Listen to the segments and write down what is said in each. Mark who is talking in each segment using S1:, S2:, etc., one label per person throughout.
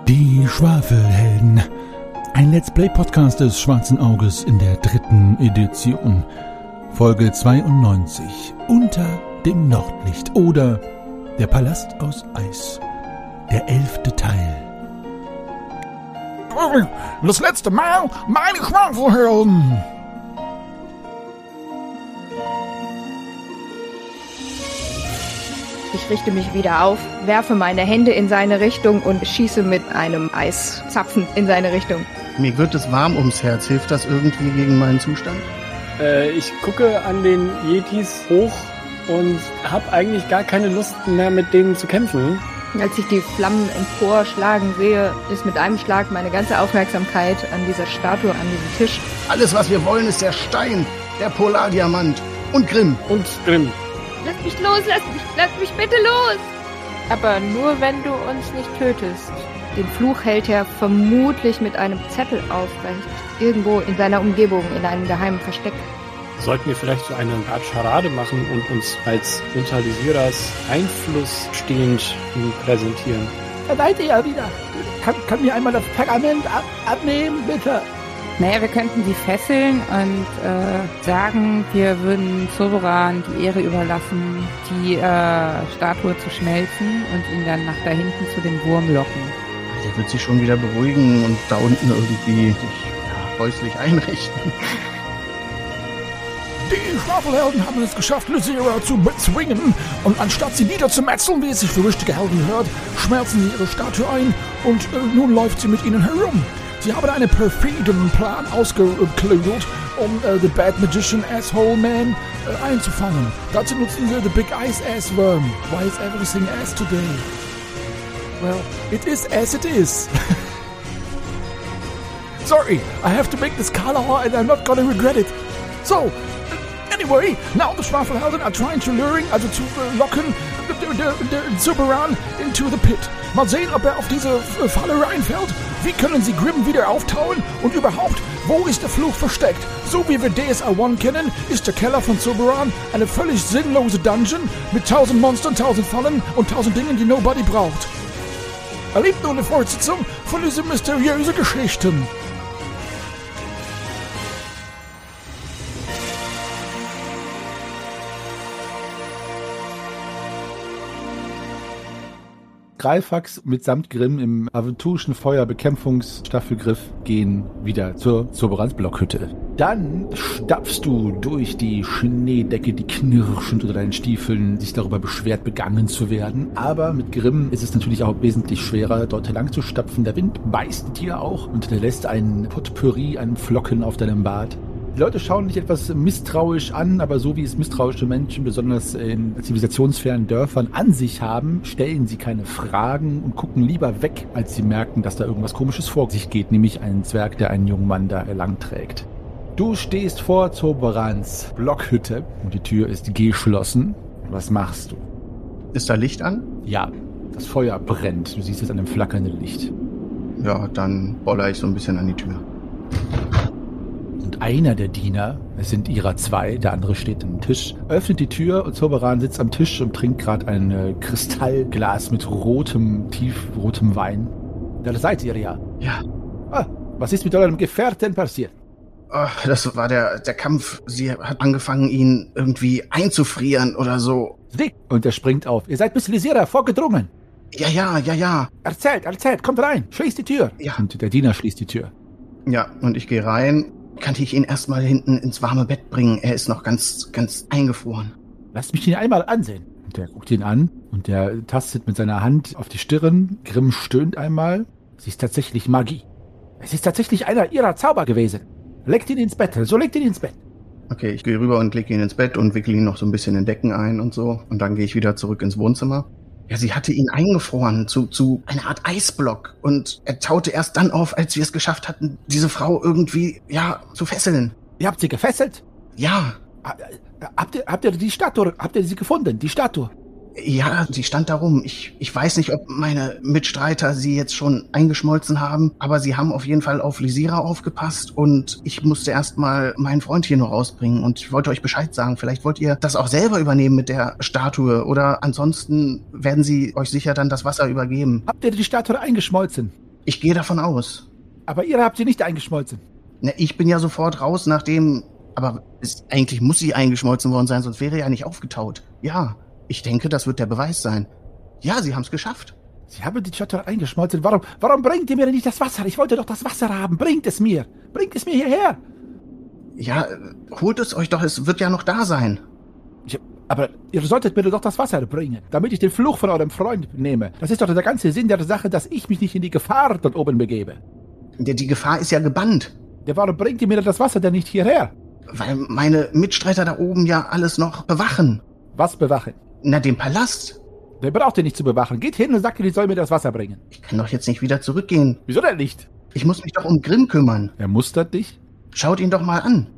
S1: Die Schwafelhelden. Ein Let's Play Podcast des Schwarzen Auges in der 3. Edition. Folge 92. Unter dem Nordlicht oder Der Palast aus Eis. Der 11. Teil. Das letzte Mal meine Schwafelhelden.
S2: Ich richte mich wieder auf, werfe meine Hände in seine Richtung und schieße mit einem Eiszapfen in seine Richtung.
S3: Mir wird es warm ums Herz. Hilft das irgendwie gegen meinen Zustand?
S4: Ich gucke an den Yetis hoch und habe eigentlich gar keine Lust mehr, mit denen zu kämpfen.
S2: Als ich die Flammen emporschlagen sehe, ist mit einem Schlag meine ganze Aufmerksamkeit an dieser Statue, an diesem Tisch.
S3: Alles, was wir wollen, ist der Stein, der Polardiamant und Grimm.
S2: Lass mich los, lass mich bitte los!
S5: Aber nur, wenn du uns nicht tötest.
S2: Den Fluch hält er vermutlich mit einem Zettel aufrecht. Irgendwo in seiner Umgebung, in einem geheimen Versteck.
S4: Sollten wir vielleicht so eine Art Scharade machen und uns als unter Lysiras Einfluss stehend präsentieren?
S6: Da seid ihr ja wieder. Kann mir einmal das Pergament abnehmen, bitte?
S5: Naja, wir könnten sie fesseln und sagen, wir würden Zoberan die Ehre überlassen, die Statue zu schmelzen und ihn dann nach da hinten zu dem Wurm locken.
S3: Der wird sich schon wieder beruhigen und da unten irgendwie sich häuslich einrichten.
S1: Die Schwafelhelden haben es geschafft, Lysira zu bezwingen. Und anstatt sie niederzumetzeln, wie es sich für richtige Helden hört, schmerzen sie ihre Statue ein und nun läuft sie mit ihnen herum. Sie haben einen perfiden Plan ausgeklügelt, um The Bad Magician Asshole Man einzufangen. Dazu nutzen sie The Big Ice Ass Worm. Why is everything ass today? Well, it is as it is. Sorry, I have to make this color and I'm not gonna regret it. So, anyway, now the Schwafelhelden are trying to locken Zoberan into the pit. Mal sehen, ob er auf diese Falle reinfällt. Wie können sie Grimm wieder auftauen? Und überhaupt, wo ist der Fluch versteckt? So wie wir DSR-1 kennen, ist der Keller von Zoberan eine völlig sinnlose Dungeon mit 1000 Monstern, 1000 Fallen und 1000 Dingen, die nobody braucht. Erlebt nun eine Fortsetzung von diesen mysteriösen Geschichten. Greifax mitsamt Grimm im aventurischen Feuerbekämpfungsstaffelgriff gehen wieder zur Zoberans Blockhütte. Dann stapfst du durch die Schneedecke, die knirschend unter deinen Stiefeln sich darüber beschwert, begangen zu werden. Aber mit Grimm ist es natürlich auch wesentlich schwerer, dort lang zu stapfen. Der Wind beißt dir auch und hinterlässt einen Potpourri, einen Flocken auf deinem Bart. Die Leute schauen dich etwas misstrauisch an, aber so wie es misstrauische Menschen besonders in zivilisationsfernen Dörfern an sich haben, stellen sie keine Fragen und gucken lieber weg, als sie merken, dass da irgendwas Komisches vor sich geht, nämlich einen Zwerg, der einen jungen Mann da langträgt. Du stehst vor Zoberans Blockhütte und die Tür ist geschlossen. Was machst du?
S3: Ist da Licht an?
S1: Ja, das Feuer brennt. Du siehst es an dem flackernden Licht.
S3: Ja, dann boller ich so ein bisschen an die Tür.
S1: Und einer der Diener, es sind ihrer zwei, der andere steht am Tisch, öffnet die Tür und Zoberan sitzt am Tisch und trinkt gerade ein Kristallglas mit tiefrotem Wein. Da seid ihr ja.
S3: Ja.
S1: Was ist mit eurem Gefährten passiert?
S3: Das war der Kampf. Sie hat angefangen, ihn irgendwie einzufrieren oder so.
S1: Und er springt auf. Ihr seid bis Lysira vorgedrungen.
S3: Ja.
S1: Erzählt, kommt rein, schließt die Tür.
S3: Ja.
S1: Und der Diener schließt die Tür.
S3: Ja, und ich gehe rein. Kann ich ihn erstmal hinten ins warme Bett bringen? Er ist noch ganz eingefroren.
S1: Lasst mich ihn einmal ansehen. Und der guckt ihn an und der tastet mit seiner Hand auf die Stirn. Grimm stöhnt einmal. Es ist tatsächlich Magie. Es ist tatsächlich einer ihrer Zauber gewesen. Legt ihn ins Bett,
S3: Okay, ich gehe rüber und lege ihn ins Bett und wickel ihn noch so ein bisschen in Decken ein und so. Und dann gehe ich wieder zurück ins Wohnzimmer. Ja, sie hatte ihn eingefroren zu einer Art Eisblock. Und er taute erst dann auf, als wir es geschafft hatten, diese Frau irgendwie, zu fesseln.
S1: Ihr habt sie gefesselt?
S3: Ja.
S1: Habt ihr die Statue, habt ihr sie gefunden, die Statue?
S3: Ja, sie stand da rum. Ich weiß nicht, ob meine Mitstreiter sie jetzt schon eingeschmolzen haben, aber sie haben auf jeden Fall auf Lysira aufgepasst und ich musste erstmal meinen Freund hier noch rausbringen und ich wollte euch Bescheid sagen. Vielleicht wollt ihr das auch selber übernehmen mit der Statue oder ansonsten werden sie euch sicher dann das Wasser übergeben.
S1: Habt ihr die Statue eingeschmolzen?
S3: Ich gehe davon aus.
S1: Aber ihr habt sie nicht eingeschmolzen.
S3: Na, ich bin ja sofort raus, nachdem... Aber eigentlich muss sie eingeschmolzen worden sein, sonst wäre ja nicht aufgetaut. Ja, ich denke, das wird der Beweis sein. Ja, sie haben es geschafft.
S1: Sie haben die Schotter eingeschmolzen. Warum bringt ihr mir denn nicht das Wasser? Ich wollte doch das Wasser haben. Bringt es mir hierher.
S3: Ja, holt es euch doch, es wird ja noch da sein.
S1: Aber ihr solltet mir doch das Wasser bringen, damit ich den Fluch von eurem Freund nehme. Das ist doch der ganze Sinn der Sache, dass ich mich nicht in die Gefahr dort oben begebe.
S3: Die Gefahr ist ja gebannt.
S1: Ja, warum bringt ihr mir das Wasser denn nicht hierher?
S3: Weil meine Mitstreiter da oben ja alles noch bewachen.
S1: Was bewachen?
S3: Na, den Palast.
S1: Der braucht ihr nicht zu bewachen. Geht hin und sagt, ich soll mir das Wasser bringen.
S3: Ich kann doch jetzt nicht wieder zurückgehen.
S1: Wieso denn nicht?
S3: Ich muss mich doch um Grimm kümmern.
S1: Er mustert dich.
S3: Schaut ihn doch mal an.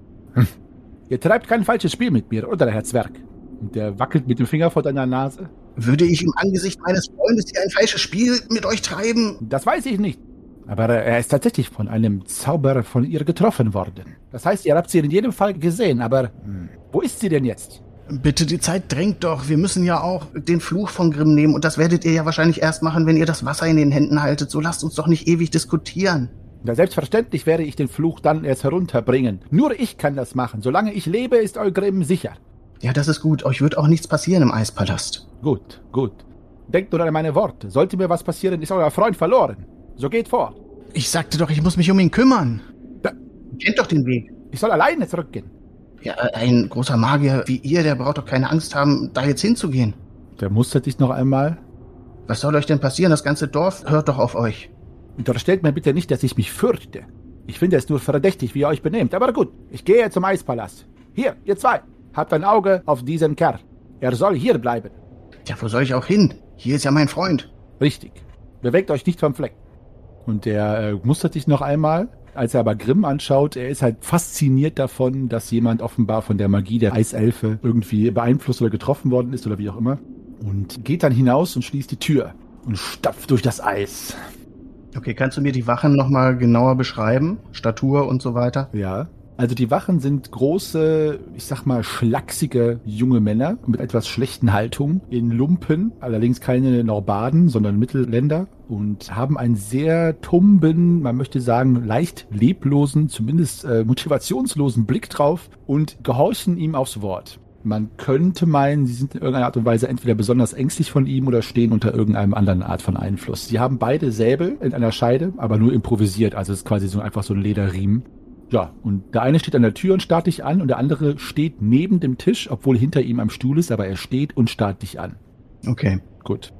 S1: Ihr treibt kein falsches Spiel mit mir, oder, Herr Zwerg? Und der wackelt mit dem Finger vor deiner Nase.
S3: Würde ich im Angesicht meines Freundes hier ein falsches Spiel mit euch treiben?
S1: Das weiß ich nicht. Aber er ist tatsächlich von einem Zauberer von ihr getroffen worden. Das heißt, ihr habt sie in jedem Fall gesehen, aber wo ist sie denn jetzt?
S3: Bitte, die Zeit drängt doch. Wir müssen ja auch den Fluch von Grimm nehmen und das werdet ihr ja wahrscheinlich erst machen, wenn ihr das Wasser in den Händen haltet. So lasst uns doch nicht ewig diskutieren.
S1: Ja, selbstverständlich werde ich den Fluch dann erst herunterbringen. Nur ich kann das machen. Solange ich lebe, ist Grimm sicher.
S3: Ja, das ist gut. Euch wird auch nichts passieren im Eispalast.
S1: Gut. Denkt nur an meine Worte. Sollte mir was passieren, ist euer Freund verloren. So geht vor.
S3: Ich sagte doch, ich muss mich um ihn kümmern.
S1: Ja.
S3: Ihr kennt doch den Weg.
S1: Ich soll alleine zurückgehen.
S3: Ja, ein großer Magier wie ihr, der braucht doch keine Angst haben, da jetzt hinzugehen.
S1: Der mustert dich noch einmal.
S3: Was soll euch denn passieren? Das ganze Dorf hört doch auf euch.
S1: Unterstellt mir bitte nicht, dass ich mich fürchte. Ich finde es nur verdächtig, wie ihr euch benehmt. Aber gut, ich gehe zum Eispalast. Hier, ihr zwei, habt ein Auge auf diesen Kerl. Er soll hier bleiben.
S3: Ja, wo soll ich auch hin? Hier ist ja mein Freund.
S1: Richtig. Bewegt euch nicht vom Fleck. Und der mustert dich noch einmal. Als er aber Grimm anschaut, er ist halt fasziniert davon, dass jemand offenbar von der Magie der Eiselfe irgendwie beeinflusst oder getroffen worden ist oder wie auch immer. Und geht dann hinaus und schließt die Tür und stapft durch das Eis.
S3: Okay, kannst du mir die Wachen nochmal genauer beschreiben? Statur und so weiter?
S1: Ja. Also die Wachen sind große, ich sag mal, schlachsige junge Männer mit etwas schlechten Haltung in Lumpen, allerdings keine Norbaden, sondern Mittelländer und haben einen sehr tumben, man möchte sagen, leicht leblosen, zumindest motivationslosen Blick drauf und gehorchen ihm aufs Wort. Man könnte meinen, sie sind in irgendeiner Art und Weise entweder besonders ängstlich von ihm oder stehen unter irgendeinem anderen Art von Einfluss. Sie haben beide Säbel in einer Scheide, aber nur improvisiert, also es ist quasi so einfach so ein Lederriemen. Ja, und der eine steht an der Tür und starrt dich an und der andere steht neben dem Tisch, obwohl hinter ihm am Stuhl ist, aber er steht und starrt dich an.
S3: Okay.
S1: Gut.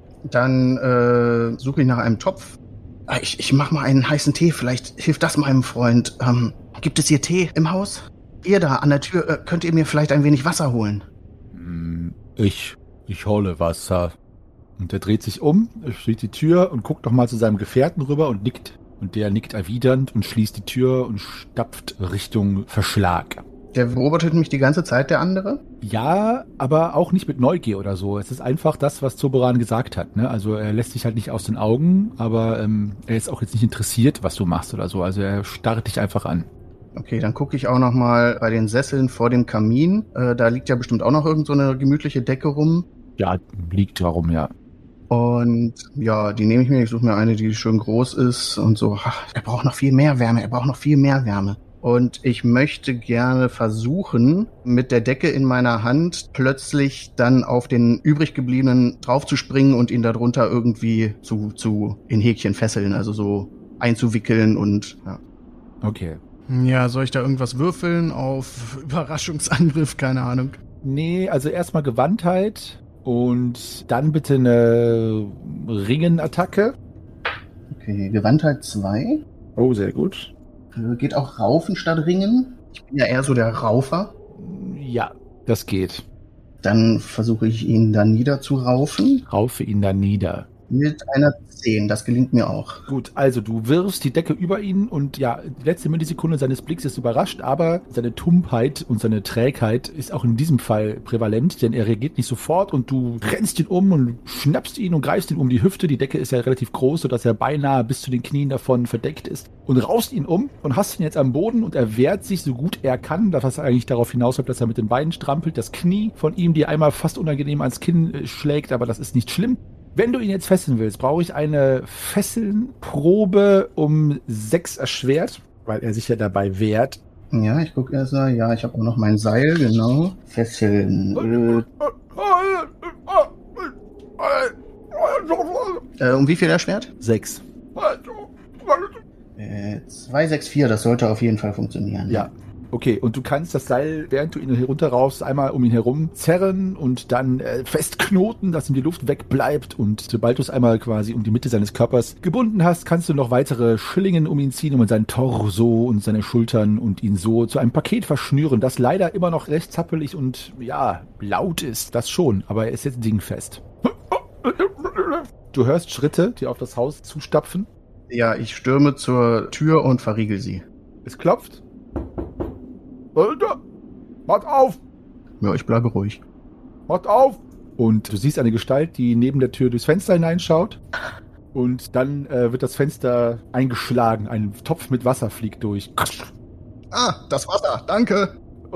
S3: Dann suche ich nach einem Topf. Ich mach mal einen heißen Tee, vielleicht hilft das meinem Freund. Gibt es hier Tee im Haus? Ihr da an der Tür, könnt ihr mir vielleicht ein wenig Wasser holen?
S1: Ich hole Wasser. Und er dreht sich um, schließt die Tür und guckt nochmal zu seinem Gefährten rüber und nickt. Und der nickt erwidernd und schließt die Tür und stapft Richtung Verschlag.
S3: Der beobachtet mich die ganze Zeit, der andere?
S1: Ja, aber auch nicht mit Neugier oder so. Es ist einfach das, was Zoberan gesagt hat. Ne? Also er lässt dich halt nicht aus den Augen, aber er ist auch jetzt nicht interessiert, was du machst oder so. Also er starrt dich einfach an.
S3: Okay, dann gucke ich auch noch mal bei den Sesseln vor dem Kamin. Da liegt ja bestimmt auch noch irgend so eine gemütliche Decke rum.
S1: Ja, liegt darum, ja.
S3: Und ja, die nehme ich mir. Ich suche mir eine, die schön groß ist und so. Ach, er braucht noch viel mehr Wärme. Und ich möchte gerne versuchen, mit der Decke in meiner Hand plötzlich dann auf den übrig gebliebenen draufzuspringen und ihn darunter irgendwie zu in Häkchen fesseln, also so einzuwickeln und ja.
S1: Okay.
S3: Ja, soll ich da irgendwas würfeln auf Überraschungsangriff? Keine Ahnung.
S1: Nee, also erstmal Gewandtheit und dann bitte eine Ringenattacke.
S3: Okay, Gewandtheit 2.
S1: Oh, sehr gut.
S3: Geht auch Raufen statt Ringen? Ich bin ja eher so der Raufer.
S1: Ja, das geht.
S3: Dann versuche ich ihn da niederzuraufen.
S1: Raufe ihn da nieder.
S3: Mit einer 10, das gelingt mir auch.
S1: Gut, also du wirfst die Decke über ihn und ja, die letzte Millisekunde seines Blicks ist überrascht, aber seine Tumpheit und seine Trägheit ist auch in diesem Fall prävalent, denn er reagiert nicht sofort und du rennst ihn um und schnappst ihn und greifst ihn um die Hüfte. Die Decke ist ja relativ groß, sodass er beinahe bis zu den Knien davon verdeckt ist und raust ihn um und hast ihn jetzt am Boden und er wehrt sich so gut er kann, was eigentlich darauf hinausläuft, dass er mit den Beinen strampelt, das Knie von ihm, die einmal fast unangenehm ans Kinn schlägt, aber das ist nicht schlimm. Wenn du ihn jetzt fesseln willst, brauche ich eine Fesselnprobe um 6 erschwert, weil er sich ja dabei wehrt.
S3: Ja, ich gucke erst mal. Ja, ich habe auch noch mein Seil, genau. Fesseln. Um wie viel erschwert?
S1: 6.
S3: 2, 6, 4, das sollte auf jeden Fall funktionieren.
S1: Ja. Okay, und du kannst das Seil, während du ihn herunterraufst, einmal um ihn herum zerren und dann festknoten, dass ihm die Luft wegbleibt. Und sobald du es einmal quasi um die Mitte seines Körpers gebunden hast, kannst du noch weitere Schlingen um ihn ziehen, um seinen Torso und seine Schultern und ihn so zu einem Paket verschnüren, das leider immer noch recht zappelig und, ja, laut ist. Das schon, aber er ist jetzt dingfest. Du hörst Schritte, die auf das Haus zustapfen.
S3: Ja, ich stürme zur Tür und verriegel sie.
S1: Es klopft. Macht auf!
S3: Ja, ich bleibe ruhig.
S1: Macht auf! Und du siehst eine Gestalt, die neben der Tür durchs Fenster hineinschaut. Und dann wird das Fenster eingeschlagen. Ein Topf mit Wasser fliegt durch.
S3: Ah, das Wasser, danke!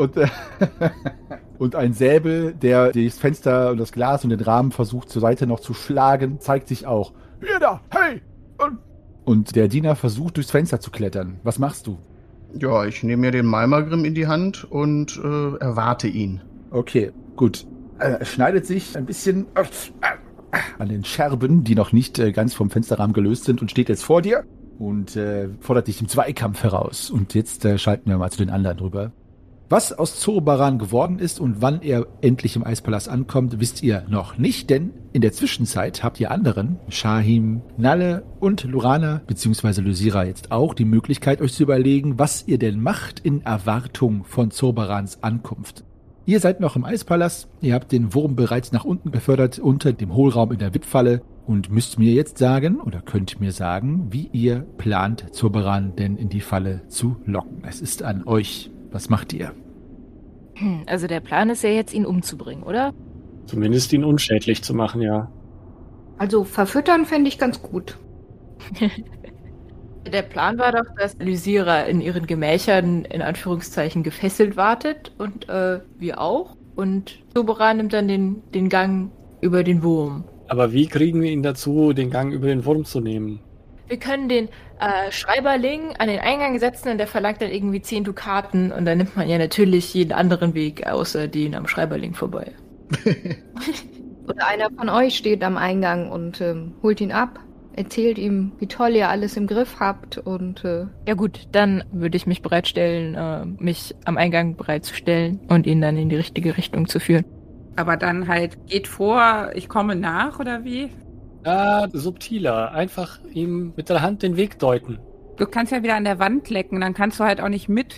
S1: Und ein Säbel, der das Fenster und das Glas und den Rahmen versucht zur Seite noch zu schlagen, zeigt sich auch. Hier da, hey! Und der Diener versucht durchs Fenster zu klettern. Was machst du?
S3: Ja, ich nehme mir den Malmagrim in die Hand und erwarte ihn.
S1: Okay, gut. Er schneidet sich ein bisschen an den Scherben, die noch nicht ganz vom Fensterrahmen gelöst sind, und steht jetzt vor dir und fordert dich im Zweikampf heraus. Und jetzt schalten wir mal zu den anderen drüber. Was aus Zorobaran geworden ist und wann er endlich im Eispalast ankommt, wisst ihr noch nicht, denn in der Zwischenzeit habt ihr anderen, Shahim, Nalle und Lurana, beziehungsweise Lysira jetzt auch, die Möglichkeit, euch zu überlegen, was ihr denn macht in Erwartung von Zorobarans Ankunft. Ihr seid noch im Eispalast, ihr habt den Wurm bereits nach unten befördert unter dem Hohlraum in der Wippfalle und müsst mir jetzt sagen, oder könnt mir sagen, wie ihr plant, Zorobaran denn in die Falle zu locken. Es ist an euch. Was macht ihr?
S2: Also der Plan ist ja jetzt, ihn umzubringen, oder?
S4: Zumindest ihn unschädlich zu machen, ja.
S2: Also verfüttern fände ich ganz gut. Der Plan war doch, dass Lysira in ihren Gemächern in Anführungszeichen gefesselt wartet und wir auch. Und Zorobaran nimmt dann den Gang über den Wurm.
S4: Aber wie kriegen wir ihn dazu, den Gang über den Wurm zu nehmen?
S2: Wir können den Schreiberling an den Eingang setzen und der verlangt dann irgendwie 10 Dukaten und dann nimmt man ja natürlich jeden anderen Weg außer den am Schreiberling vorbei. Oder einer von euch steht am Eingang und holt ihn ab, erzählt ihm, wie toll ihr alles im Griff habt und ja gut, dann würde ich mich bereitstellen, mich am Eingang bereitzustellen und ihn dann in die richtige Richtung zu führen.
S5: Aber dann halt, geht vor, ich komme nach, oder wie?
S4: Ja, subtiler. Einfach ihm mit der Hand den Weg deuten.
S5: Du kannst ja wieder an der Wand lecken, dann kannst du halt auch nicht mit.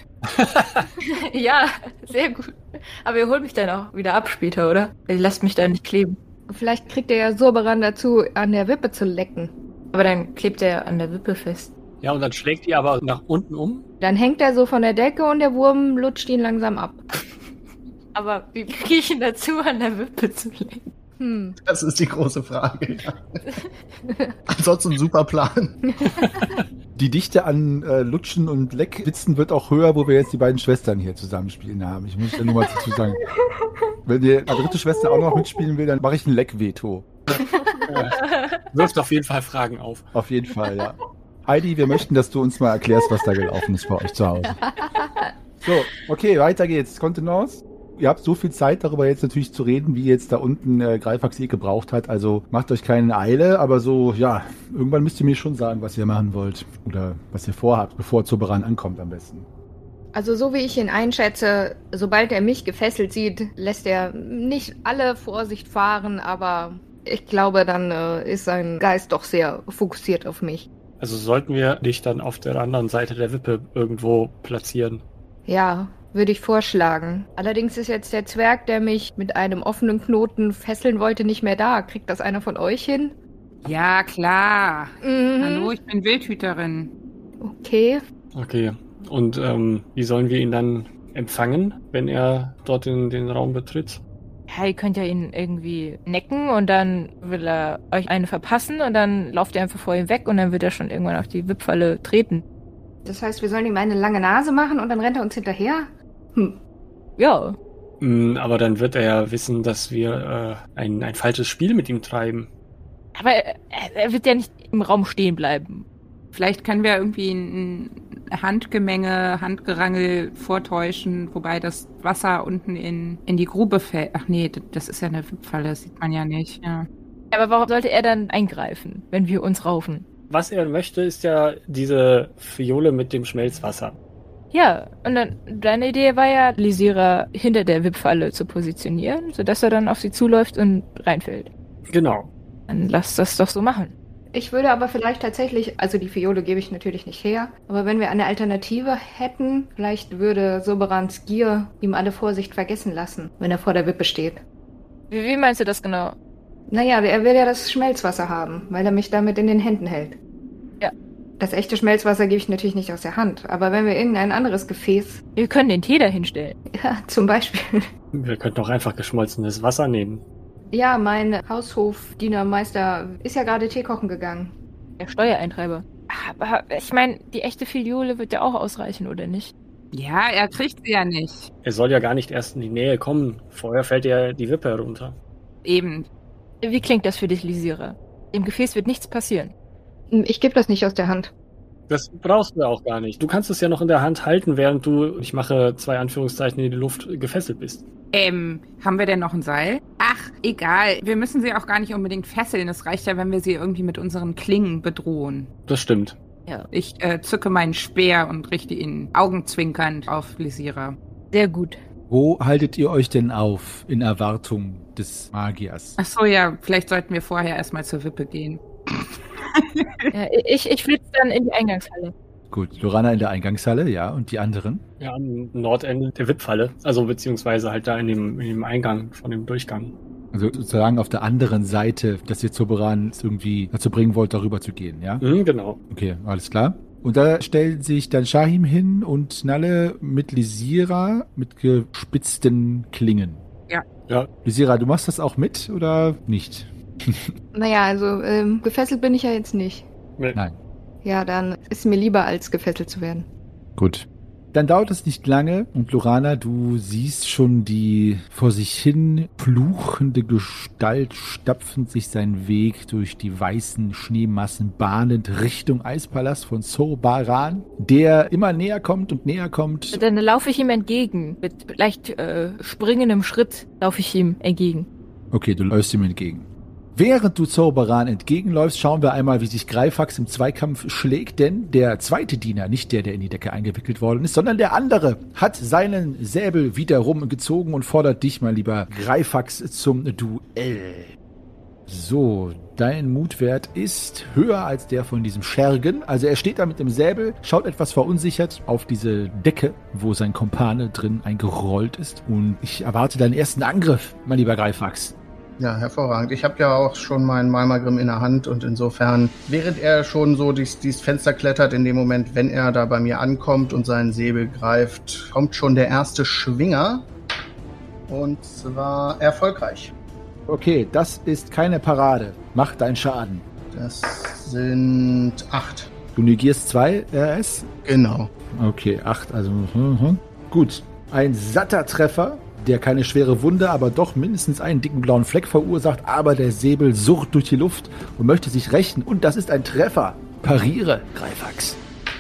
S2: Ja, sehr gut. Aber ihr holt mich dann auch wieder ab später, oder? Ihr lasst mich da nicht kleben. Vielleicht kriegt ihr ja Zorobaran dazu, an der Wippe zu lecken. Aber dann klebt er an der Wippe fest.
S4: Ja, und dann schlägt die aber nach unten um.
S2: Dann hängt er so von der Decke und der Wurm lutscht ihn langsam ab. Aber wie kriege ich ihn dazu, an der Wippe zu lecken?
S3: Das ist die große Frage. Ja. Ansonsten ein super Plan.
S1: Die Dichte an Lutschen und Leckwitzen wird auch höher, wo wir jetzt die beiden Schwestern hier zusammenspielen haben. Ich muss ja nur mal dazu sagen. Wenn die dritte Schwester auch noch mitspielen will, dann mache ich ein Leck-Veto.
S4: Ja. Wirft auf jeden Fall Fragen auf.
S1: Auf jeden Fall, ja. Heidi, wir möchten, dass du uns mal erklärst, was da gelaufen ist bei euch zu Hause. So, okay, weiter geht's. Kontenance. Ihr habt so viel Zeit, darüber jetzt natürlich zu reden, wie jetzt da unten Greifax gebraucht hat. Also macht euch keine Eile, aber so, ja, irgendwann müsst ihr mir schon sagen, was ihr machen wollt. Oder was ihr vorhabt, bevor Zorobaran ankommt am besten.
S2: Also so wie ich ihn einschätze, sobald er mich gefesselt sieht, lässt er nicht alle Vorsicht fahren, aber ich glaube, dann ist sein Geist doch sehr fokussiert auf mich.
S4: Also sollten wir dich dann auf der anderen Seite der Wippe irgendwo platzieren?
S2: Ja, würde ich vorschlagen. Allerdings ist jetzt der Zwerg, der mich mit einem offenen Knoten fesseln wollte, nicht mehr da. Kriegt das einer von euch hin?
S5: Ja, klar. Hallo, ich bin Wildhüterin.
S2: Okay.
S4: Okay. Und wie sollen wir ihn dann empfangen, wenn er dort in den Raum betritt?
S2: Ja, ihr könnt ja ihn irgendwie necken und dann will er euch eine verpassen und dann lauft ihr einfach vor ihm weg und dann wird er schon irgendwann auf die Wippfalle treten. Das heißt, wir sollen ihm eine lange Nase machen und dann rennt er uns hinterher? Ja.
S4: Aber dann wird er ja wissen, dass wir ein falsches Spiel mit ihm treiben.
S2: Aber er wird ja nicht im Raum stehen bleiben.
S5: Vielleicht können wir irgendwie ein Handgerangel vortäuschen, wobei das Wasser unten in die Grube fällt. Ach nee, das ist ja eine Wipfalle, das sieht man ja nicht. Ja.
S2: Aber warum sollte er dann eingreifen, wenn wir uns raufen?
S4: Was er möchte, ist ja diese Fiole mit dem Schmelzwasser.
S2: Ja, und dann deine Idee war ja, Lysira hinter der Wipfalle zu positionieren, sodass er dann auf sie zuläuft und reinfällt.
S4: Genau.
S2: Dann lass das doch so machen.
S7: Ich würde aber vielleicht tatsächlich, also die Fiole gebe ich natürlich nicht her, aber wenn wir eine Alternative hätten, vielleicht würde Soberans Gier ihm alle Vorsicht vergessen lassen, wenn er vor der Wippe steht.
S2: Wie meinst du das genau?
S7: Naja, er will ja das Schmelzwasser haben, weil er mich damit in den Händen hält.
S2: Ja.
S7: Das echte Schmelzwasser gebe ich natürlich nicht aus der Hand, aber wenn wir irgendein anderes Gefäß...
S2: Wir können den Tee da hinstellen.
S7: Ja, zum Beispiel.
S4: Wir könnten auch einfach geschmolzenes Wasser nehmen.
S7: Ja, mein Haushofdienermeister ist ja gerade Tee kochen gegangen.
S2: Der Steuereintreiber. Aber ich meine, die echte Fiole wird ja auch ausreichen, oder nicht?
S5: Ja, er kriegt sie ja nicht.
S4: Er soll ja gar nicht erst in die Nähe kommen. Vorher fällt ja die Wippe herunter.
S5: Eben.
S2: Wie klingt das für dich, Lysira? Im Gefäß wird nichts passieren.
S7: Ich gebe das nicht aus der Hand.
S4: Das brauchst du auch gar nicht. Du kannst es ja noch in der Hand halten, während du, ich mache 2 Anführungszeichen, in die Luft gefesselt bist.
S5: Haben wir denn noch ein Seil? Ach, egal. Wir müssen sie auch gar nicht unbedingt fesseln. Es reicht ja, wenn wir sie irgendwie mit unseren Klingen bedrohen.
S4: Das stimmt.
S2: Ja.
S5: Ich zücke meinen Speer und richte ihn augenzwinkernd auf Lysira.
S2: Sehr gut.
S1: Wo haltet ihr euch denn auf in Erwartung des Magiers?
S5: Ach so, ja, vielleicht sollten wir vorher erstmal zur Wippe gehen.
S2: Ja, ich flitze dann in die Eingangshalle.
S1: Gut, Lorana in der Eingangshalle, ja, und die anderen?
S4: Ja, am Nordende der Wippfalle. Also beziehungsweise halt da in dem Eingang von dem Durchgang.
S1: Also sozusagen auf der anderen Seite, dass ihr Zoberan irgendwie dazu bringen wollt, darüber zu gehen, ja?
S4: Genau.
S1: Okay, alles klar. Und da stellen sich dann Shahim hin und Nalle mit Lysira mit gespitzten Klingen.
S4: Ja.
S1: Lysira, du machst das auch mit oder nicht?
S7: Naja, also gefesselt bin ich ja jetzt nicht.
S4: Nee.
S1: Nein.
S7: Ja, dann ist mir lieber, als gefesselt zu werden.
S1: Gut. Dann dauert es nicht lange und Lorana, du siehst schon die vor sich hin fluchende Gestalt stapfend sich seinen Weg durch die weißen Schneemassen bahnend Richtung Eispalast von Sobaran, der immer näher kommt und näher kommt.
S2: Dann laufe ich ihm entgegen. Mit leicht springendem Schritt laufe ich ihm entgegen.
S1: Okay, du läufst ihm entgegen. Während du Zoberan entgegenläufst, schauen wir einmal, wie sich Greifax im Zweikampf schlägt, denn der zweite Diener, nicht der in die Decke eingewickelt worden ist, sondern der andere, hat seinen Säbel wiederum gezogen und fordert dich, mein lieber Greifax, zum Duell. So, dein Mutwert ist höher als der von diesem Schergen. Also er steht da mit dem Säbel, schaut etwas verunsichert auf diese Decke, wo sein Kumpane drin eingerollt ist. Und ich erwarte deinen ersten Angriff, mein lieber Greifax.
S3: Ja, hervorragend. Ich habe ja auch schon meinen Malmagrim in der Hand und insofern, während er schon so dieses Fenster klettert, in dem Moment, wenn er da bei mir ankommt und seinen Säbel greift, kommt schon der erste Schwinger und zwar erfolgreich.
S1: Okay, das ist keine Parade. Mach deinen Schaden.
S3: Das sind 8.
S1: Du negierst 2 RS?
S3: Genau.
S1: Okay, 8, also gut. Ein satter Treffer, der keine schwere Wunde, aber doch mindestens einen dicken blauen Fleck verursacht, aber der Säbel surrt durch die Luft und möchte sich rächen. Und das ist ein Treffer. Pariere, Greifax.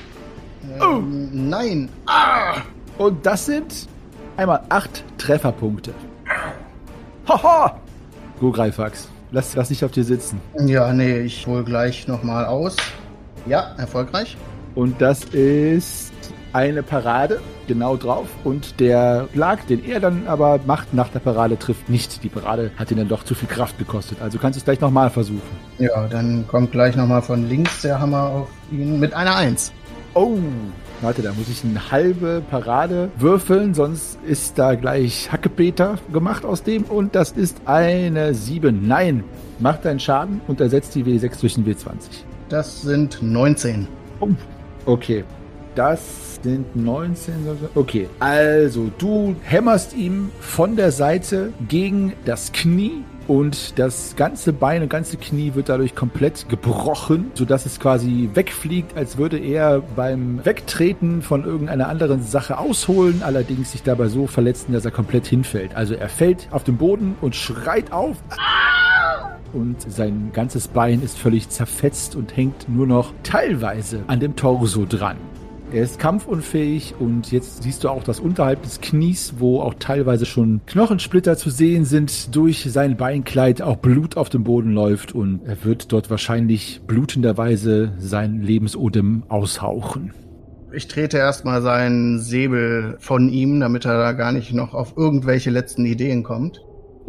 S3: Nein. Ah!
S1: Und das sind einmal 8 Trefferpunkte. Haha! Go, Greifax. Lass dich auf dir sitzen.
S3: Ja, nee, ich hole gleich nochmal aus. Ja, erfolgreich.
S1: Und das ist eine Parade, genau drauf. Und der Schlag, den er dann aber macht nach der Parade, trifft nicht. Die Parade hat ihn dann doch zu viel Kraft gekostet. Also kannst du es gleich nochmal versuchen.
S3: Ja, dann kommt gleich nochmal von links der Hammer auf ihn mit einer 1.
S1: Oh, warte, da muss ich eine halbe Parade würfeln, sonst ist da gleich Hackepeter gemacht aus dem. Und das ist eine 7. Nein, mach deinen Schaden und ersetzt die W6 durch den W20.
S3: Das sind 19.
S1: Oh, okay. Das sind 19. Okay, also du hämmerst ihm von der Seite gegen das Knie und das ganze Bein und ganze Knie wird dadurch komplett gebrochen, sodass es quasi wegfliegt, als würde er beim Wegtreten von irgendeiner anderen Sache ausholen, allerdings sich dabei so verletzen, dass er komplett hinfällt. Also er fällt auf den Boden und schreit auf und sein ganzes Bein ist völlig zerfetzt und hängt nur noch teilweise an dem Torso dran. Er ist kampfunfähig und jetzt siehst du auch, dass unterhalb des Knies, wo auch teilweise schon Knochensplitter zu sehen sind, durch sein Beinkleid auch Blut auf dem Boden läuft und er wird dort wahrscheinlich blutenderweise sein Lebensodem aushauchen.
S3: Ich trete erstmal seinen Säbel von ihm, damit er da gar nicht noch auf irgendwelche letzten Ideen kommt.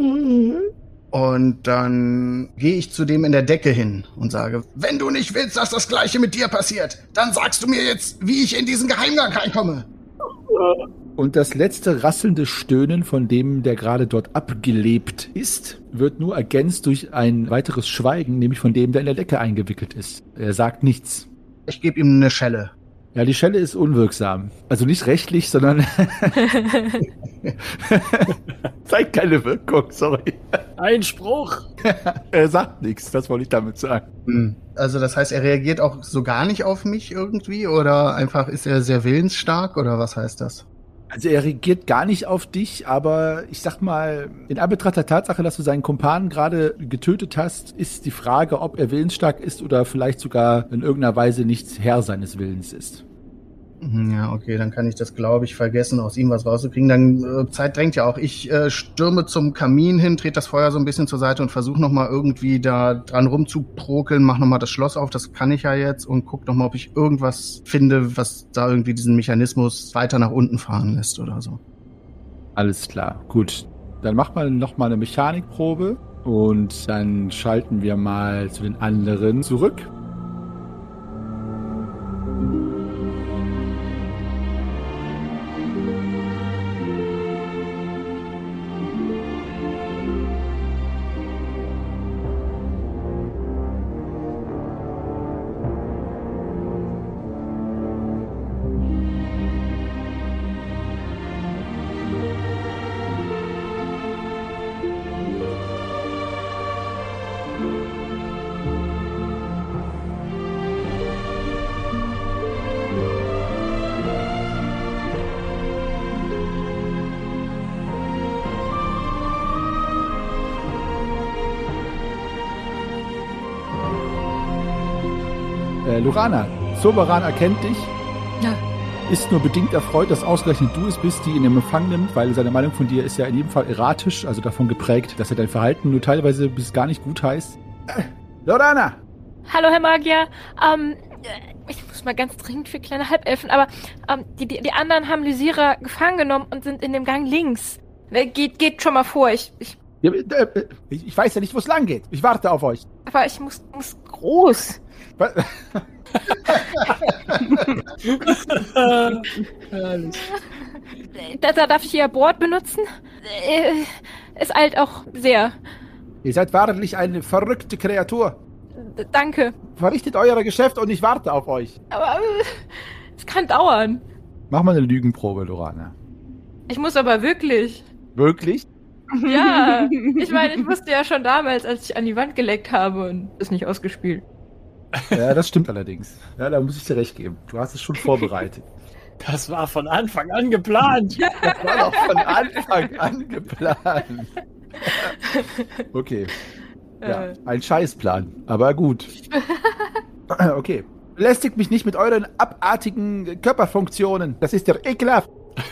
S3: Und dann gehe ich zu dem in der Decke hin und sage, wenn du nicht willst, dass das Gleiche mit dir passiert, dann sagst du mir jetzt, wie ich in diesen Geheimgang reinkomme.
S1: Und das letzte rasselnde Stöhnen von dem, der gerade dort abgelebt ist, wird nur ergänzt durch ein weiteres Schweigen, nämlich von dem, der in der Decke eingewickelt ist. Er sagt nichts.
S3: Ich gebe ihm eine Schelle.
S1: Ja, die Schelle ist unwirksam. Also nicht rechtlich, sondern zeigt keine Wirkung, sorry.
S4: Einspruch!
S1: Er sagt nichts, das wollte ich damit sagen.
S3: Also das heißt, er reagiert auch so gar nicht auf mich irgendwie oder einfach ist er sehr willensstark oder was heißt das?
S1: Also er reagiert gar nicht auf dich, aber ich sag mal, in Anbetracht der Tatsache, dass du seinen Kumpanen gerade getötet hast, ist die Frage, ob er willensstark ist oder vielleicht sogar in irgendeiner Weise nicht Herr seines Willens ist.
S3: Ja, okay, dann kann ich das, glaube ich, vergessen, aus ihm was rauszukriegen. Dann Zeit drängt ja auch. Ich stürme zum Kamin hin, trete das Feuer so ein bisschen zur Seite und versuche nochmal irgendwie da dran rumzuprokeln, mach nochmal das Schloss auf, das kann ich ja jetzt, und guck nochmal, ob ich irgendwas finde, was da irgendwie diesen Mechanismus weiter nach unten fahren lässt oder so.
S1: Alles klar, gut. Dann macht man nochmal eine Mechanikprobe und dann schalten wir mal zu den anderen zurück. Lorana, Zoberan erkennt dich.
S2: Ja.
S1: Ist nur bedingt erfreut, dass ausgerechnet du es bist, die ihn im Empfang nimmt, weil seine Meinung von dir ist ja in jedem Fall erratisch, also davon geprägt, dass er dein Verhalten nur teilweise bis gar nicht gut heißt. Lorana!
S2: Hallo, Herr Magier. Ich muss mal ganz dringend für kleine Halbelfen, aber die anderen haben Lysira gefangen genommen und sind in dem Gang links. Geht schon mal vor, ich
S1: weiß ja nicht, wo es lang geht. Ich warte auf euch.
S2: Aber ich muss groß.
S1: Was?
S2: Da darf ich Ihr Board benutzen? Es eilt auch sehr.
S1: Ihr seid wahrlich eine verrückte Kreatur.
S2: Danke.
S1: Verrichtet euer Geschäft und ich warte auf euch.
S2: Aber es kann dauern.
S1: Mach mal eine Lügenprobe, Lorana.
S2: Ich muss aber wirklich.
S1: Wirklich?
S2: Ja. Ich meine, ich wusste ja schon damals, als ich an die Wand geleckt habe und ist nicht ausgespielt.
S1: Ja, das stimmt allerdings. Ja, da muss ich dir recht geben. Du hast es schon vorbereitet.
S4: Das war von Anfang an geplant.
S1: Das war doch von Anfang an geplant. Okay. Ja, ein Scheißplan. Aber gut. Okay. Belästigt mich nicht mit euren abartigen Körperfunktionen. Das ist ja ekelhaft.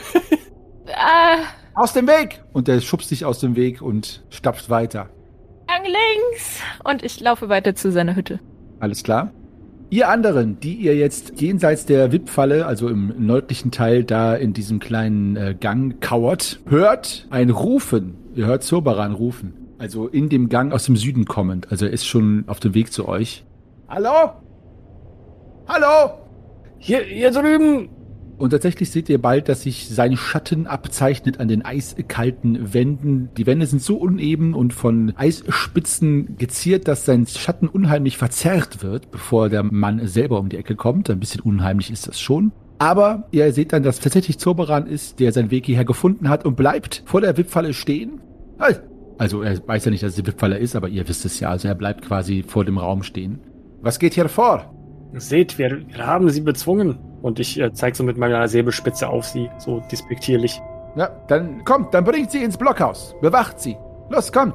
S1: Aus dem Weg! Und der schubst dich aus dem Weg und stapft weiter.
S2: Gang links! Und ich laufe weiter zu seiner Hütte.
S1: Alles klar. Ihr anderen, die ihr jetzt jenseits der Wippfalle, also im nördlichen Teil da in diesem kleinen Gang kauert, hört ein Rufen. Ihr hört Zoberan rufen. Also in dem Gang aus dem Süden kommend. Also er ist schon auf dem Weg zu euch. Hallo? Hallo?
S4: Hier drüben!
S1: Und tatsächlich seht ihr bald, dass sich sein Schatten abzeichnet an den eiskalten Wänden. Die Wände sind so uneben und von Eisspitzen geziert, dass sein Schatten unheimlich verzerrt wird, bevor der Mann selber um die Ecke kommt. Ein bisschen unheimlich ist das schon. Aber ihr seht dann, dass tatsächlich Zoberan ist, der seinen Weg hierher gefunden hat und bleibt vor der Wippfalle stehen. Also er weiß ja nicht, dass es die Wippfalle ist, aber ihr wisst es ja. Also er bleibt quasi vor dem Raum stehen. Was geht hier vor?
S4: Seht, wir haben sie bezwungen. Und ich zeige so mit meiner Säbelspitze auf sie, so despektierlich.
S1: Ja, dann kommt, dann bringt sie ins Blockhaus. Bewacht sie. Los, kommt.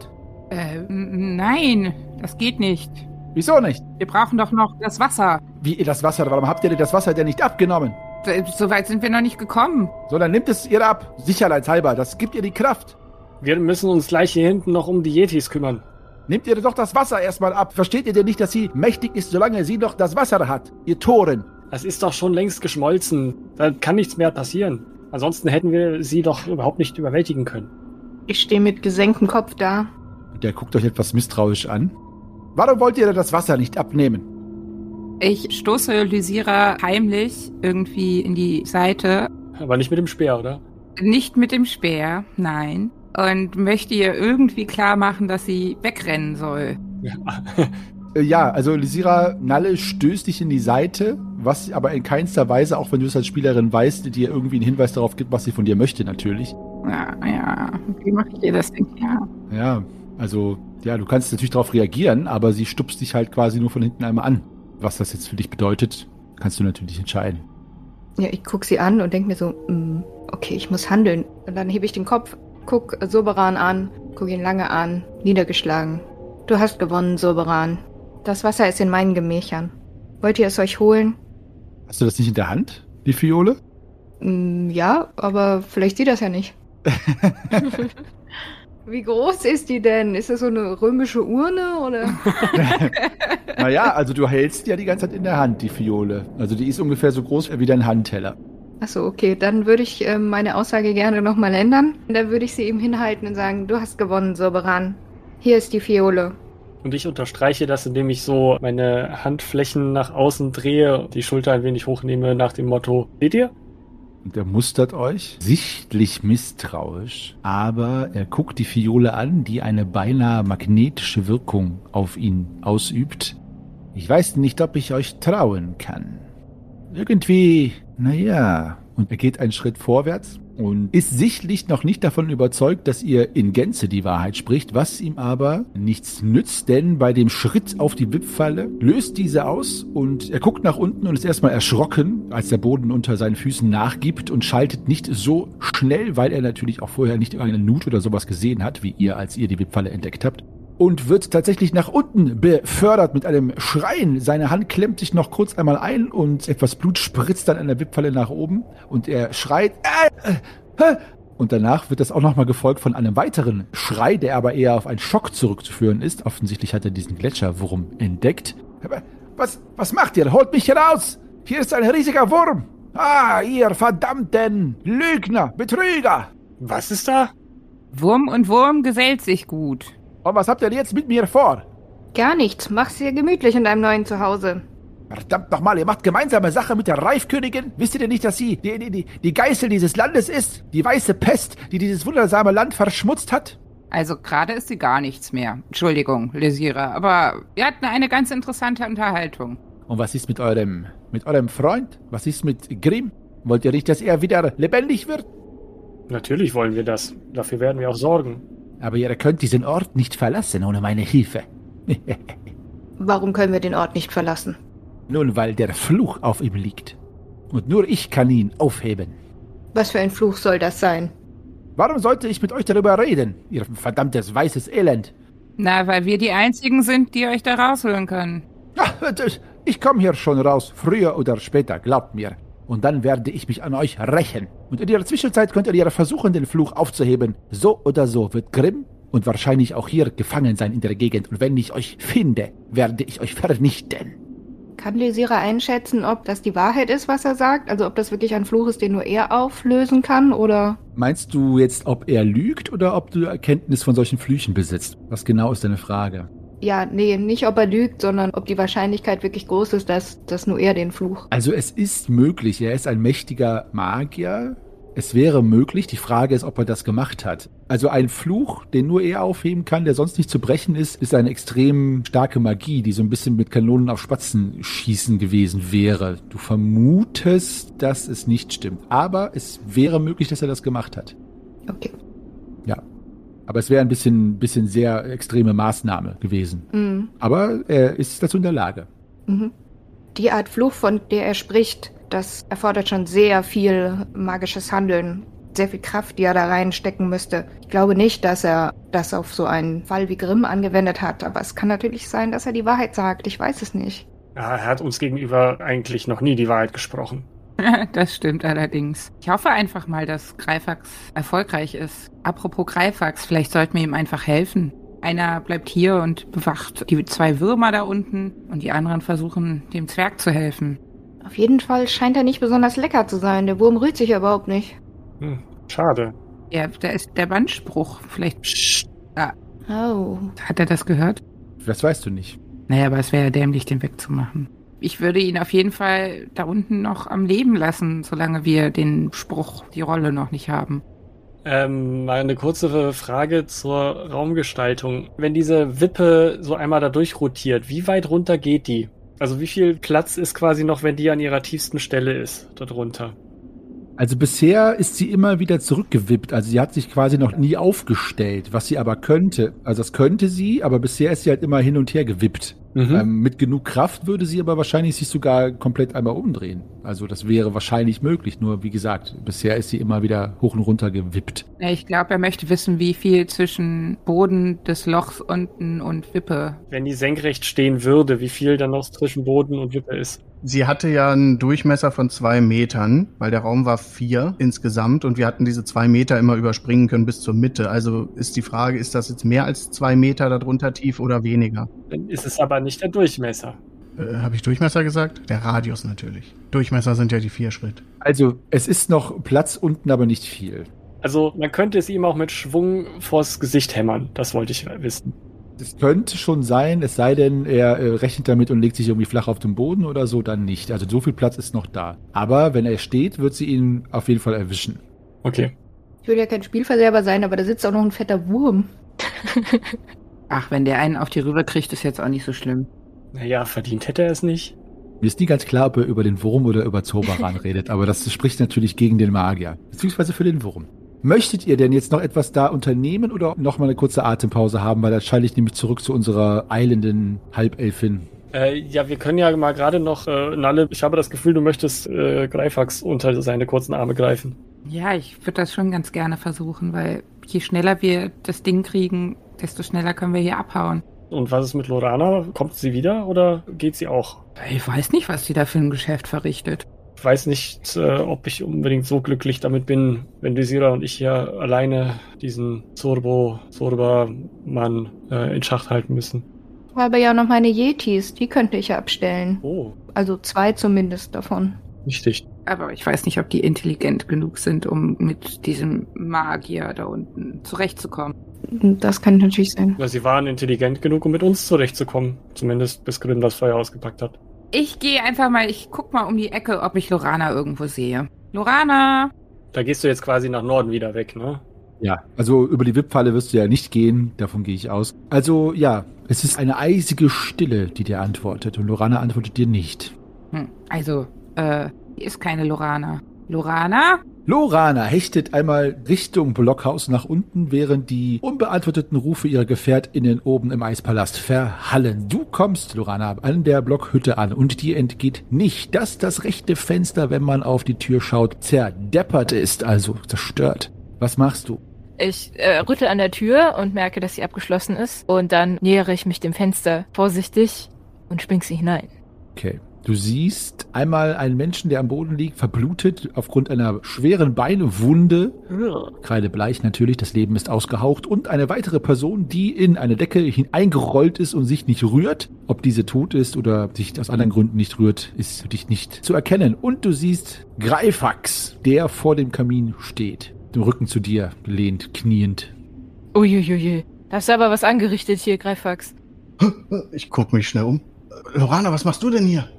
S5: Nein, das geht nicht.
S1: Wieso nicht?
S5: Wir brauchen doch noch das Wasser.
S1: Wie das Wasser? Warum habt ihr denn das Wasser denn nicht abgenommen?
S5: So weit sind wir noch nicht gekommen.
S1: So, dann nimmt es ihr ab. Sicherheitshalber. Das gibt ihr die Kraft.
S4: Wir müssen uns gleich hier hinten noch um die Yetis kümmern.
S1: Nehmt ihr doch das Wasser erstmal ab. Versteht ihr denn nicht, dass sie mächtig ist, solange sie noch das Wasser hat? Ihr Toren.
S4: Das ist doch schon längst geschmolzen. Da kann nichts mehr passieren. Ansonsten hätten wir sie doch überhaupt nicht überwältigen können.
S7: Ich stehe mit gesenktem Kopf da.
S1: Der guckt euch etwas misstrauisch an. Warum wollt ihr denn das Wasser nicht abnehmen?
S5: Ich stoße Lysira heimlich irgendwie in die Seite.
S4: Aber nicht mit dem Speer, oder?
S5: Nicht mit dem Speer, nein. Und möchte ihr irgendwie klar machen, dass sie wegrennen soll.
S1: Ja, also Lysira Nalle stößt dich in die Seite, was aber in keinster Weise, auch wenn du es als Spielerin weißt, dir irgendwie einen Hinweis darauf gibt, was sie von dir möchte, natürlich.
S5: Ja, wie mache ich ihr das denn klar?
S1: Ja, also, ja, du kannst natürlich darauf reagieren, aber sie stupst dich halt quasi nur von hinten einmal an. Was das jetzt für dich bedeutet, kannst du natürlich entscheiden.
S7: Ja, ich gucke sie an und denke mir so, okay, ich muss handeln. Und dann hebe ich den Kopf, guck Soberan an, guck ihn lange an, niedergeschlagen. Du hast gewonnen, Soberan. Das Wasser ist in meinen Gemächern. Wollt ihr es euch holen?
S1: Hast du das nicht in der Hand, die Fiole?
S7: Ja, aber vielleicht sieht das ja nicht. Wie groß ist die denn? Ist das so eine römische Urne, oder?
S1: Naja, also du hältst ja die ganze Zeit in der Hand, die Fiole. Also die ist ungefähr so groß wie dein Handteller.
S7: Achso, okay, dann würde ich meine Aussage gerne nochmal ändern. Dann würde ich sie ihm hinhalten und sagen, du hast gewonnen, Soberan. Hier ist die Fiole.
S4: Und ich unterstreiche das, indem ich so meine Handflächen nach außen drehe, die Schulter ein wenig hochnehme nach dem Motto, seht ihr?
S1: Und er mustert euch, sichtlich misstrauisch, aber er guckt die Fiole an, die eine beinahe magnetische Wirkung auf ihn ausübt. Ich weiß nicht, ob ich euch trauen kann. Irgendwie, naja. Und er geht einen Schritt vorwärts und ist sichtlich noch nicht davon überzeugt, dass ihr in Gänze die Wahrheit spricht, was ihm aber nichts nützt, denn bei dem Schritt auf die Wippfalle löst diese aus und er guckt nach unten und ist erstmal erschrocken, als der Boden unter seinen Füßen nachgibt und schaltet nicht so schnell, weil er natürlich auch vorher nicht irgendeine Nut oder sowas gesehen hat, wie ihr, als ihr die Wippfalle entdeckt habt. Und wird tatsächlich nach unten befördert mit einem Schreien. Seine Hand klemmt sich noch kurz einmal ein und etwas Blut spritzt dann an der Wippfalle nach oben. Und er schreit. Und danach wird das auch nochmal gefolgt von einem weiteren Schrei, der aber eher auf einen Schock zurückzuführen ist. Offensichtlich hat er diesen Gletscherwurm entdeckt. Was macht ihr? Holt mich heraus! Hier ist ein riesiger Wurm! Ah, ihr verdammten Lügner, Betrüger!
S4: Was ist da?
S5: Wurm und Wurm gesellt sich gut.
S1: Und was habt ihr jetzt mit mir vor?
S7: Gar nichts. Mach's dir gemütlich in deinem neuen Zuhause.
S1: Verdammt nochmal, ihr macht gemeinsame Sache mit der Reifkönigin? Wisst ihr denn nicht, dass sie die Geißel dieses Landes ist? Die weiße Pest, die dieses wundersame Land verschmutzt hat?
S5: Also gerade ist sie gar nichts mehr. Entschuldigung, Lysira, aber wir hatten eine ganz interessante Unterhaltung.
S1: Und was ist mit eurem Freund? Was ist mit Grimm? Wollt ihr nicht, dass er wieder lebendig wird?
S4: Natürlich wollen wir das. Dafür werden wir auch sorgen.
S1: Aber ihr könnt diesen Ort nicht verlassen ohne meine Hilfe.
S7: Warum können wir den Ort nicht verlassen?
S1: Nun, weil der Fluch auf ihm liegt. Und nur ich kann ihn aufheben.
S7: Was für ein Fluch soll das sein?
S1: Warum sollte ich mit euch darüber reden, ihr verdammtes weißes Elend?
S5: Na, weil wir die Einzigen sind, die euch da rausholen können.
S1: Ach, ich komme hier schon raus, früher oder später, glaubt mir. Und dann werde ich mich an euch rächen. Und in der Zwischenzeit könnt ihr versuchen, den Fluch aufzuheben. So oder so wird Grimm und wahrscheinlich auch hier gefangen sein in der Gegend. Und wenn ich euch finde, werde ich euch vernichten.
S7: Kann Lysira einschätzen, ob das die Wahrheit ist, was er sagt? Also ob das wirklich ein Fluch ist, den nur er auflösen kann, oder?
S1: Meinst du jetzt, ob er lügt oder ob du Erkenntnis von solchen Flüchen besitzt? Was genau ist deine Frage?
S7: Ja, nee, nicht ob er lügt, sondern ob die Wahrscheinlichkeit wirklich groß ist, dass nur er den Fluch...
S1: Also es ist möglich, er ist ein mächtiger Magier. Es wäre möglich, die Frage ist, ob er das gemacht hat. Also ein Fluch, den nur er aufheben kann, der sonst nicht zu brechen ist eine extrem starke Magie, die so ein bisschen mit Kanonen auf Spatzen schießen gewesen wäre. Du vermutest, dass es nicht stimmt. Aber es wäre möglich, dass er das gemacht hat.
S7: Okay.
S1: Ja. Aber es wäre ein bisschen sehr extreme Maßnahme gewesen.
S7: Mhm.
S1: Aber er ist dazu in der Lage.
S7: Mhm. Die Art Fluch, von der er spricht, das erfordert schon sehr viel magisches Handeln. sehr viel Kraft, die er da reinstecken müsste. Ich glaube nicht, dass er das auf so einen Fall wie Grimm angewendet hat, aber es kann natürlich sein, dass er die Wahrheit sagt. Ich weiß es nicht.
S4: Ja, er hat uns gegenüber eigentlich noch nie die Wahrheit gesprochen.
S5: Das stimmt allerdings. Ich hoffe einfach mal, dass Greifax erfolgreich ist. Apropos Greifax, vielleicht sollten wir ihm einfach helfen. Einer bleibt hier und bewacht die 2 Würmer da unten und die anderen versuchen, dem Zwerg zu helfen.
S7: Auf jeden Fall scheint er nicht besonders lecker zu sein. Der Wurm rührt sich überhaupt nicht.
S4: Schade.
S5: Ja, da ist der Bandspruch. Vielleicht... Psst. Ah.
S7: Oh.
S5: Hat er das gehört?
S1: Das weißt du nicht.
S5: Naja, aber es wäre ja dämlich, den wegzumachen. Ich würde ihn auf jeden Fall da unten noch am Leben lassen, solange wir den Spruch, die Rolle noch nicht haben.
S4: Mal eine kurze Frage zur Raumgestaltung. Wenn diese Wippe so einmal da durchrotiert, wie weit runter geht die? Also wie viel Platz ist quasi noch, wenn die an ihrer tiefsten Stelle ist, darunter?
S1: Also bisher ist sie immer wieder zurückgewippt. Also sie hat sich quasi noch nie aufgestellt, was sie aber könnte. Also das könnte sie, aber bisher ist sie halt immer hin und her gewippt. Mit genug Kraft würde sie aber wahrscheinlich sich sogar komplett einmal umdrehen. Also das wäre wahrscheinlich möglich. Nur wie gesagt, bisher ist sie immer wieder hoch und runter gewippt.
S5: Ja, ich glaube, er möchte wissen, wie viel zwischen Boden des Lochs unten und Wippe.
S4: Wenn die senkrecht stehen würde, wie viel dann noch zwischen Boden und Wippe ist?
S3: Sie hatte ja einen Durchmesser von 2 Metern, weil der Raum war 4 insgesamt und wir hatten diese 2 Meter immer überspringen können bis zur Mitte. Also ist die Frage, ist das jetzt mehr als 2 Meter darunter tief oder weniger?
S4: Dann ist es aber nicht der Durchmesser.
S3: Habe ich Durchmesser gesagt? Der Radius natürlich. Durchmesser sind ja die 4 Schritt.
S1: Also es ist noch Platz unten, aber nicht viel.
S4: Also man könnte es ihm auch mit Schwung vors Gesicht hämmern. Das wollte ich wissen.
S1: Das könnte schon sein, es sei denn, er rechnet damit und legt sich irgendwie flach auf den Boden oder so, dann nicht. Also so viel Platz ist noch da. Aber wenn er steht, wird sie ihn auf jeden Fall erwischen.
S4: Okay.
S7: Ich will ja kein Spielverderber sein, aber da sitzt auch noch ein fetter Wurm.
S5: Ach, wenn der einen auf die Rübe kriegt, ist jetzt auch nicht so schlimm.
S4: Naja, verdient hätte er es nicht.
S1: Mir ist nie ganz klar, ob er über den Wurm oder über Zoberan redet, aber das spricht natürlich gegen den Magier, beziehungsweise für den Wurm. Möchtet ihr denn jetzt noch etwas da unternehmen oder noch mal eine kurze Atempause haben, weil da schalte ich nämlich zurück zu unserer eilenden Halbelfin.
S4: Ja, wir können ja mal gerade noch, Nalle, ich habe das Gefühl, du möchtest Greifax unter seine kurzen Arme greifen.
S5: Ja, ich würde das schon ganz gerne versuchen, weil je schneller wir das Ding kriegen, desto schneller können wir hier abhauen.
S4: Und was ist mit Lorana? Kommt sie wieder oder geht sie auch?
S5: Ich weiß nicht, was sie da für ein Geschäft verrichtet.
S4: Ich weiß nicht, ob ich unbedingt so glücklich damit bin, wenn Desira und ich hier alleine diesen Zorba-Mann in Schacht halten müssen.
S7: Ich habe ja noch meine Yetis, die könnte ich ja abstellen.
S4: Oh.
S7: Also 2 zumindest davon.
S4: Richtig.
S5: Aber ich weiß nicht, ob die intelligent genug sind, um mit diesem Magier da unten zurechtzukommen.
S7: Das kann natürlich sein.
S4: Ja, sie waren intelligent genug, um mit uns zurechtzukommen. Zumindest bis Grimm das Feuer ausgepackt hat.
S5: Ich gehe einfach mal, ich guck mal um die Ecke, ob ich Lorana irgendwo sehe. Lorana!
S4: Da gehst du jetzt quasi nach Norden wieder weg, ne?
S1: Ja, also über die Wippfalle wirst du ja nicht gehen, davon gehe ich aus. Also ja, es ist eine eisige Stille, die dir antwortet und Lorana antwortet dir nicht.
S5: Also, hier ist keine Lorana. Lorana?
S1: Lorana hechtet einmal Richtung Blockhaus nach unten, während die unbeantworteten Rufe ihrer GefährtInnen oben im Eispalast verhallen. Du kommst, Lorana, an der Blockhütte an und dir entgeht nicht, dass das rechte Fenster, wenn man auf die Tür schaut, zerdeppert ist, also zerstört. Was machst du?
S2: Ich rüttel an der Tür und merke, dass sie abgeschlossen ist. Und dann nähere ich mich dem Fenster vorsichtig und schwing sie hinein.
S1: Okay. Du siehst einmal einen Menschen, der am Boden liegt, verblutet aufgrund einer schweren Beinwunde. Kreidebleich natürlich, das Leben ist ausgehaucht. Und eine weitere Person, die in eine Decke eingerollt ist und sich nicht rührt. Ob diese tot ist oder sich aus anderen Gründen nicht rührt, ist für dich nicht zu erkennen. Und du siehst Greifax, der vor dem Kamin steht, den Rücken zu dir gelehnt, kniend.
S2: Uiuiui, da hast du aber was angerichtet hier, Greifax.
S3: Ich guck mich schnell um. Lorana, was machst du denn hier?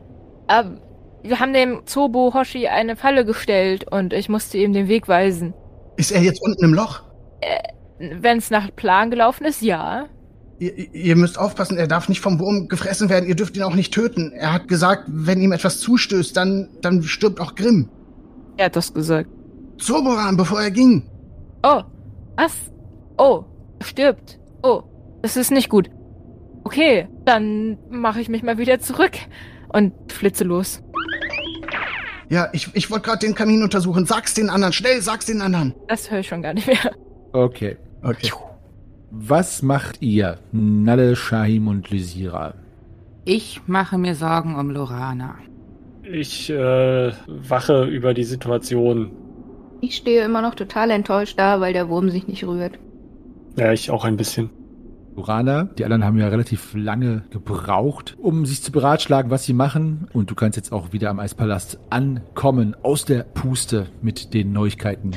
S2: Wir haben dem Zobo Hoshi eine Falle gestellt und ich musste ihm den Weg weisen.
S3: Ist er jetzt unten im Loch?
S2: Wenn es nach Plan gelaufen ist, ja.
S3: Ihr müsst aufpassen, er darf nicht vom Wurm gefressen werden, ihr dürft ihn auch nicht töten. Er hat gesagt, wenn ihm etwas zustößt, dann stirbt auch Grimm.
S2: Er hat das gesagt.
S3: Zoboran, bevor er ging.
S2: Oh, was? Oh, er stirbt. Oh, das ist nicht gut. Okay, dann mache ich mich mal wieder zurück und flitze los.
S3: Ja, ich wollte gerade den Kamin untersuchen. Sag's den anderen, schnell, sag's den anderen.
S2: Das höre ich schon gar nicht mehr.
S1: Okay. Was macht ihr, Nalle, Shahim und Lysira?
S5: Ich mache mir Sorgen um Lorana.
S4: Ich wache über die Situation.
S7: Ich stehe immer noch total enttäuscht da, weil der Wurm sich nicht rührt.
S4: Ja, ich auch ein bisschen.
S1: Lorana, die anderen haben ja relativ lange gebraucht, um sich zu beratschlagen, was sie machen. Und du kannst jetzt auch wieder am Eispalast ankommen, aus der Puste mit den Neuigkeiten.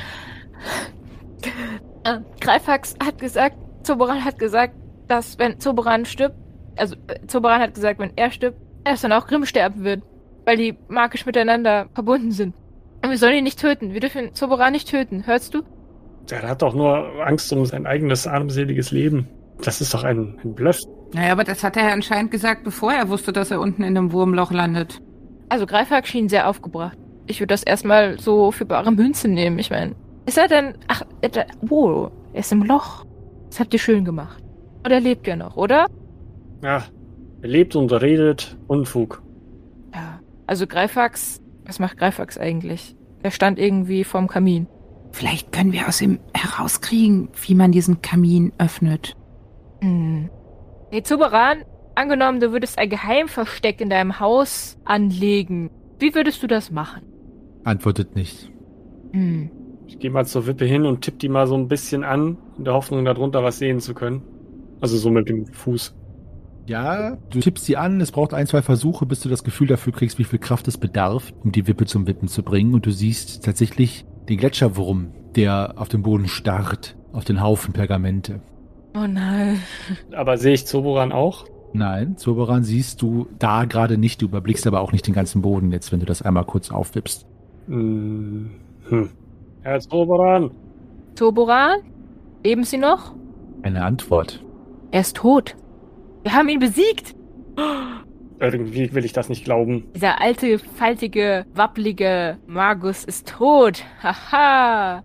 S2: Greifax hat gesagt, Zoberan hat gesagt, dass wenn Zoberan stirbt, Zoberan hat gesagt, wenn er stirbt, erst dann auch Grimm sterben wird, weil die magisch miteinander verbunden sind. Und wir sollen ihn nicht töten. Wir dürfen Zoberan nicht töten. Hörst du?
S4: Der hat doch nur Angst um sein eigenes armseliges Leben. Das ist doch ein Bluff.
S5: Naja, aber das hat er ja anscheinend gesagt, bevor er wusste, dass er unten in einem Wurmloch landet.
S2: Also Greifax schien sehr aufgebracht. Ich würde das erstmal so für bare Münze nehmen. Ich meine, ist er denn... er ist im Loch. Das habt ihr schön gemacht. Und er lebt ja noch, oder?
S4: Ja, er lebt und redet Unfug.
S2: Ja, also Greifax... Was macht Greifax eigentlich? Er stand irgendwie vorm Kamin.
S5: Vielleicht können wir aus ihm herauskriegen, wie man diesen Kamin öffnet.
S2: Hey, Zoberan, angenommen, du würdest ein Geheimversteck in deinem Haus anlegen. Wie würdest du das machen?
S1: Antwortet nicht.
S4: Ich gehe mal zur Wippe hin und tippe die mal so ein bisschen an, in der Hoffnung, darunter was sehen zu können. Also so mit dem Fuß.
S1: Ja, du tippst sie an, es braucht 1, 2 Versuche, bis du das Gefühl dafür kriegst, wie viel Kraft es bedarf, um die Wippe zum Wippen zu bringen. Und du siehst tatsächlich den Gletscherwurm, der auf dem Boden starrt, auf den Haufen Pergamente.
S2: Oh nein.
S4: Aber sehe ich Zoberan auch?
S1: Nein, Zoberan siehst du da gerade nicht, du überblickst aber auch nicht den ganzen Boden jetzt, wenn du das einmal kurz aufwippst.
S4: Herr Zoberan!
S2: Zoberan? Leben Sie noch?
S1: Eine Antwort.
S2: Er ist tot. Wir haben ihn besiegt.
S4: Irgendwie will ich das nicht glauben.
S2: Dieser alte, faltige, wappelige Magus ist tot. Haha.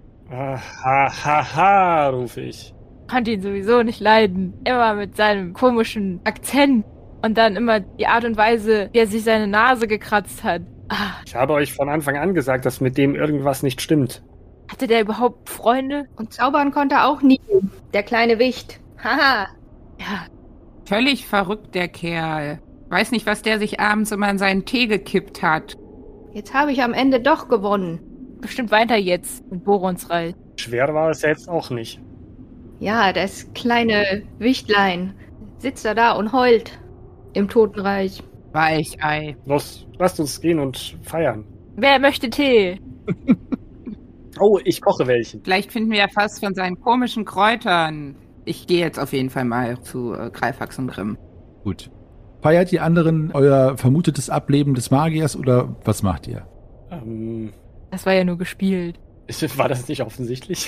S4: Ha, rufe ich.
S2: Konnte ihn sowieso nicht leiden. Immer mit seinem komischen Akzent. Und dann immer die Art und Weise, wie er sich seine Nase gekratzt hat.
S4: Ich habe euch von Anfang an gesagt, dass mit dem irgendwas nicht stimmt.
S2: Hatte der überhaupt Freunde?
S7: Und zaubern konnte er auch nie. Der kleine Wicht. Haha.
S2: Ja.
S5: Völlig verrückt, der Kerl. Weiß nicht, was der sich abends immer in seinen Tee gekippt hat.
S7: Jetzt habe ich am Ende doch gewonnen.
S2: Bestimmt weiter jetzt mit Borons Reich.
S4: Schwer war es jetzt auch nicht.
S7: Ja, das kleine Wichtlein sitzt da und heult im Totenreich.
S5: Weichei.
S4: Los, lasst uns gehen und feiern.
S2: Wer möchte Tee?
S4: Oh, ich koche welchen.
S5: Vielleicht finden wir ja fast von seinen komischen Kräutern. Ich gehe jetzt auf jeden Fall mal zu Greifax und Grimm.
S1: Gut. Feiert die anderen euer vermutetes Ableben des Magiers oder was macht ihr?
S2: Das war ja nur gespielt.
S4: War das nicht offensichtlich?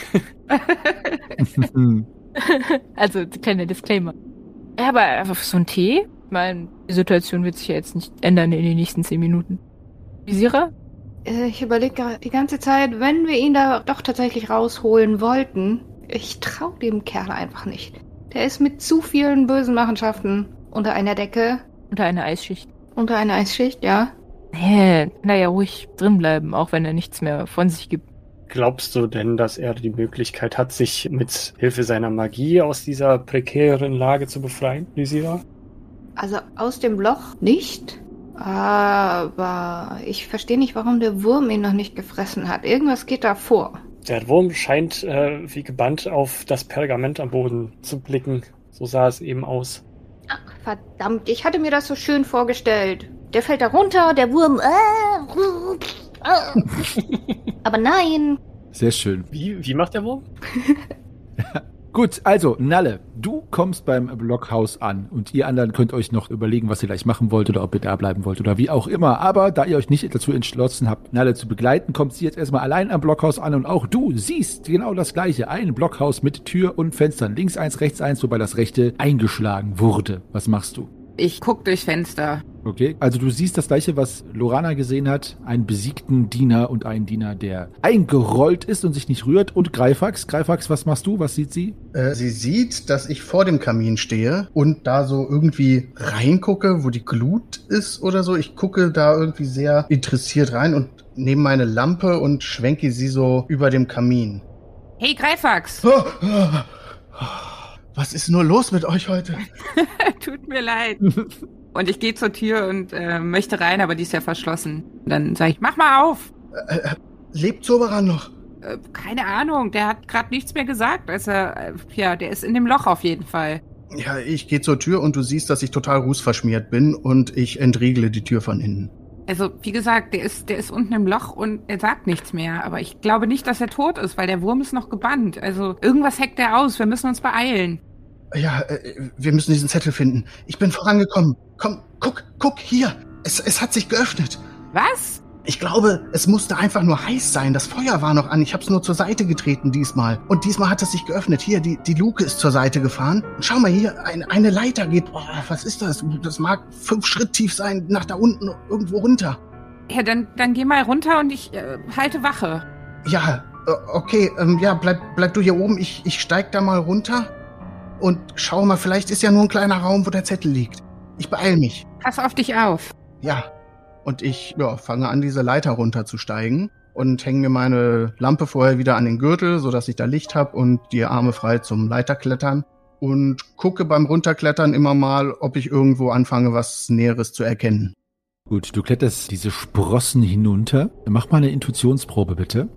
S2: Also, kleiner Disclaimer. Ja, aber einfach so ein Tee? Ich meine, die Situation wird sich ja jetzt nicht ändern in den nächsten 10 Minuten. Visira?
S7: Ich überlege die ganze Zeit, wenn wir ihn da doch tatsächlich rausholen wollten, ich traue dem Kerl einfach nicht. Der ist mit zu vielen bösen Machenschaften unter einer Decke.
S2: Unter einer Eisschicht.
S7: Unter einer Eisschicht, ja.
S2: Nee, naja, ruhig drinbleiben, auch wenn er nichts mehr von sich gibt.
S4: Glaubst du denn, dass er die Möglichkeit hat, sich mit Hilfe seiner Magie aus dieser prekären Lage zu befreien, Lysira?
S7: Also aus dem Loch nicht, aber ich verstehe nicht, warum der Wurm ihn noch nicht gefressen hat. Irgendwas geht da vor.
S4: Der Wurm scheint wie gebannt auf das Pergament am Boden zu blicken. So sah es eben aus.
S7: Ach, verdammt, ich hatte mir das so schön vorgestellt. Der fällt da runter, der Wurm. Aber nein.
S1: Sehr schön.
S4: Wie macht der Wurm?
S1: Gut, also Nalle, du kommst beim Blockhaus an und ihr anderen könnt euch noch überlegen, was ihr gleich machen wollt oder ob ihr da bleiben wollt oder wie auch immer. Aber da ihr euch nicht dazu entschlossen habt, Nalle zu begleiten, kommt sie jetzt erstmal allein am Blockhaus an und auch du siehst genau das Gleiche. Ein Blockhaus mit Tür und Fenstern. Links eins, rechts eins, wobei das rechte eingeschlagen wurde. Was machst du?
S5: Ich guck durchs Fenster.
S1: Okay, also du siehst das Gleiche, was Lorana gesehen hat. Einen besiegten Diener und einen Diener, der eingerollt ist und sich nicht rührt. Und Greifax. Greifax, was machst du? Was sieht sie?
S3: Sie sieht, dass ich vor dem Kamin stehe und da so irgendwie reingucke, wo die Glut ist oder so. Ich gucke da irgendwie sehr interessiert rein und nehme meine Lampe und schwenke sie so über dem Kamin.
S5: Hey, Greifax!
S3: Was ist nur los mit euch heute?
S5: Tut mir leid. Und ich gehe zur Tür und möchte rein, aber die ist ja verschlossen. Dann sage ich, mach mal auf.
S3: Lebt Zoberan noch?
S5: Keine Ahnung, der hat gerade nichts mehr gesagt. Also, der ist in dem Loch auf jeden Fall.
S3: Ja, ich gehe zur Tür und du siehst, dass ich total rußverschmiert bin und ich entriegle die Tür von innen.
S5: Also, wie gesagt, der ist unten im Loch und er sagt nichts mehr. Aber ich glaube nicht, dass er tot ist, weil der Wurm ist noch gebannt. Also, irgendwas hackt er aus. Wir müssen uns beeilen.
S3: Ja, wir müssen diesen Zettel finden. Ich bin vorangekommen. Komm, guck, hier. Es hat sich geöffnet.
S5: Was?
S3: Ich glaube, es musste einfach nur heiß sein. Das Feuer war noch an. Ich hab's nur zur Seite getreten diesmal. Und diesmal hat es sich geöffnet. Hier, die Luke ist zur Seite gefahren. Und schau mal hier, eine Leiter geht. Oh, was ist das? Das mag 5 Schritt tief sein, nach da unten irgendwo runter.
S5: Ja, dann geh mal runter und ich halte Wache.
S3: Ja, okay. Ja, bleib du hier oben. Ich steig da mal runter. Und schau mal, vielleicht ist ja nur ein kleiner Raum, wo der Zettel liegt. Ich beeil mich.
S5: Pass auf dich auf.
S3: Ja. Und ich fange an, diese Leiter runterzusteigen und hänge mir meine Lampe vorher wieder an den Gürtel, sodass ich da Licht habe und die Arme frei zum Leiterklettern. Und gucke beim Runterklettern immer mal, ob ich irgendwo anfange, was Näheres zu erkennen.
S1: Gut, du kletterst diese Sprossen hinunter. Mach mal eine Intuitionsprobe, bitte.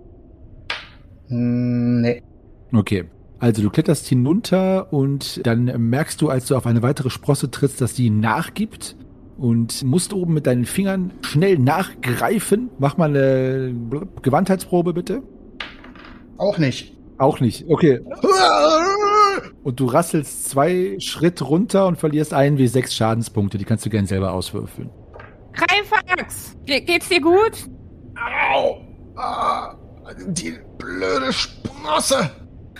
S3: Nee.
S1: Okay. Also du kletterst hinunter und dann merkst du, als du auf eine weitere Sprosse trittst, dass die nachgibt und musst oben mit deinen Fingern schnell nachgreifen. Mach mal eine Gewandheitsprobe, bitte.
S3: Auch nicht.
S1: Auch nicht, okay. Und du rasselst 2 Schritt runter und verlierst 1W6 Schadenspunkte. Die kannst du gern selber auswürfeln.
S5: Greifax! Geht's dir gut?
S3: Au! Ah, die blöde Sprosse!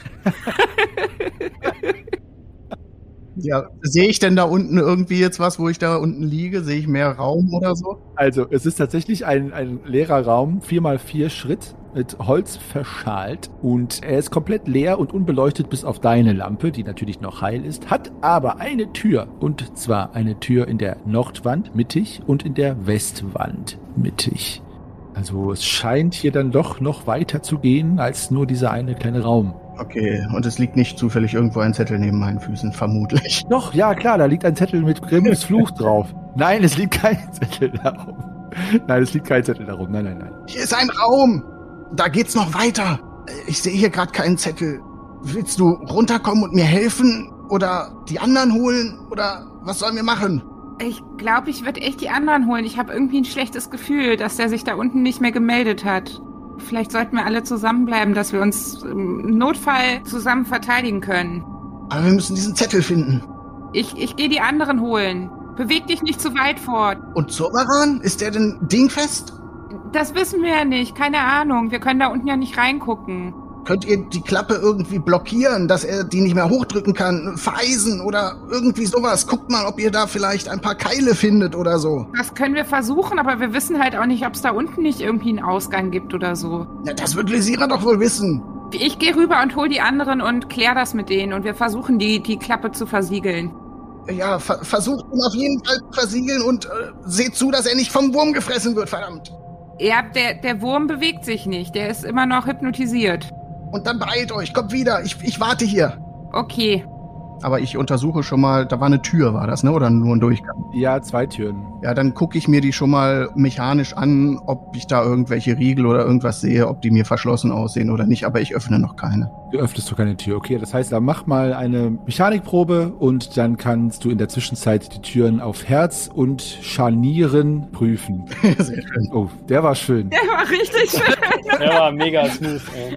S3: Ja, sehe ich denn da unten irgendwie jetzt was, wo ich da unten liege? Sehe ich mehr Raum oder so?
S1: Also, es ist tatsächlich ein leerer Raum, 4x4 Schritt, mit Holz verschalt. Und er ist komplett leer und unbeleuchtet bis auf deine Lampe, die natürlich noch heil ist, hat aber eine Tür. Und zwar eine Tür in der Nordwand mittig und in der Westwand mittig. Also es scheint hier dann doch noch weiter zu gehen, als nur dieser eine kleine Raum.
S3: Okay, und es liegt nicht zufällig irgendwo ein Zettel neben meinen Füßen, vermutlich.
S1: Doch, ja klar, da liegt ein Zettel mit Grimms Fluch drauf. Nein, es liegt kein Zettel darum. Nein, es liegt kein Zettel darum. Nein.
S3: Hier ist ein Raum! Da geht's noch weiter! Ich sehe hier gerade keinen Zettel. Willst du runterkommen und mir helfen? Oder die anderen holen? Oder was sollen wir machen?
S5: Ich glaube, ich würde echt die anderen holen. Ich habe irgendwie ein schlechtes Gefühl, dass der sich da unten nicht mehr gemeldet hat. Vielleicht sollten wir alle zusammenbleiben, dass wir uns im Notfall zusammen verteidigen können.
S3: Aber wir müssen diesen Zettel finden.
S5: Ich gehe die anderen holen. Beweg dich nicht zu weit fort.
S3: Und Zoberan? Ist der denn dingfest?
S5: Das wissen wir ja nicht. Keine Ahnung. Wir können da unten ja nicht reingucken.
S3: Könnt ihr die Klappe irgendwie blockieren, dass er die nicht mehr hochdrücken kann? Vereisen oder irgendwie sowas? Guckt mal, ob ihr da vielleicht ein paar Keile findet oder so.
S5: Das können wir versuchen, aber wir wissen halt auch nicht, ob es da unten nicht irgendwie einen Ausgang gibt oder so.
S3: Ja, das wird Lysira doch wohl wissen.
S5: Ich gehe rüber und hol die anderen und klär das mit denen und wir versuchen, die Klappe zu versiegeln.
S3: Ja, versucht ihn auf jeden Fall zu versiegeln und seht zu, dass er nicht vom Wurm gefressen wird, verdammt.
S5: Ja, der Wurm bewegt sich nicht. Der ist immer noch hypnotisiert.
S3: Und dann beeilt euch, kommt wieder, ich warte hier.
S5: Okay.
S3: Aber ich untersuche schon mal, da war eine Tür, war das, ne? Oder nur ein Durchgang?
S1: Ja, 2 Türen.
S3: Ja, dann gucke ich mir die schon mal mechanisch an, ob ich da irgendwelche Riegel oder irgendwas sehe, ob die mir verschlossen aussehen oder nicht, aber ich öffne noch keine.
S1: Du öffnest doch keine Tür. Okay, das heißt, dann mach mal eine Mechanikprobe und dann kannst du in der Zwischenzeit die Türen auf Herz und Scharnieren prüfen.
S3: Sehr schön.
S1: Oh, der war schön.
S5: Der war richtig schön.
S4: Der war mega smooth, ey.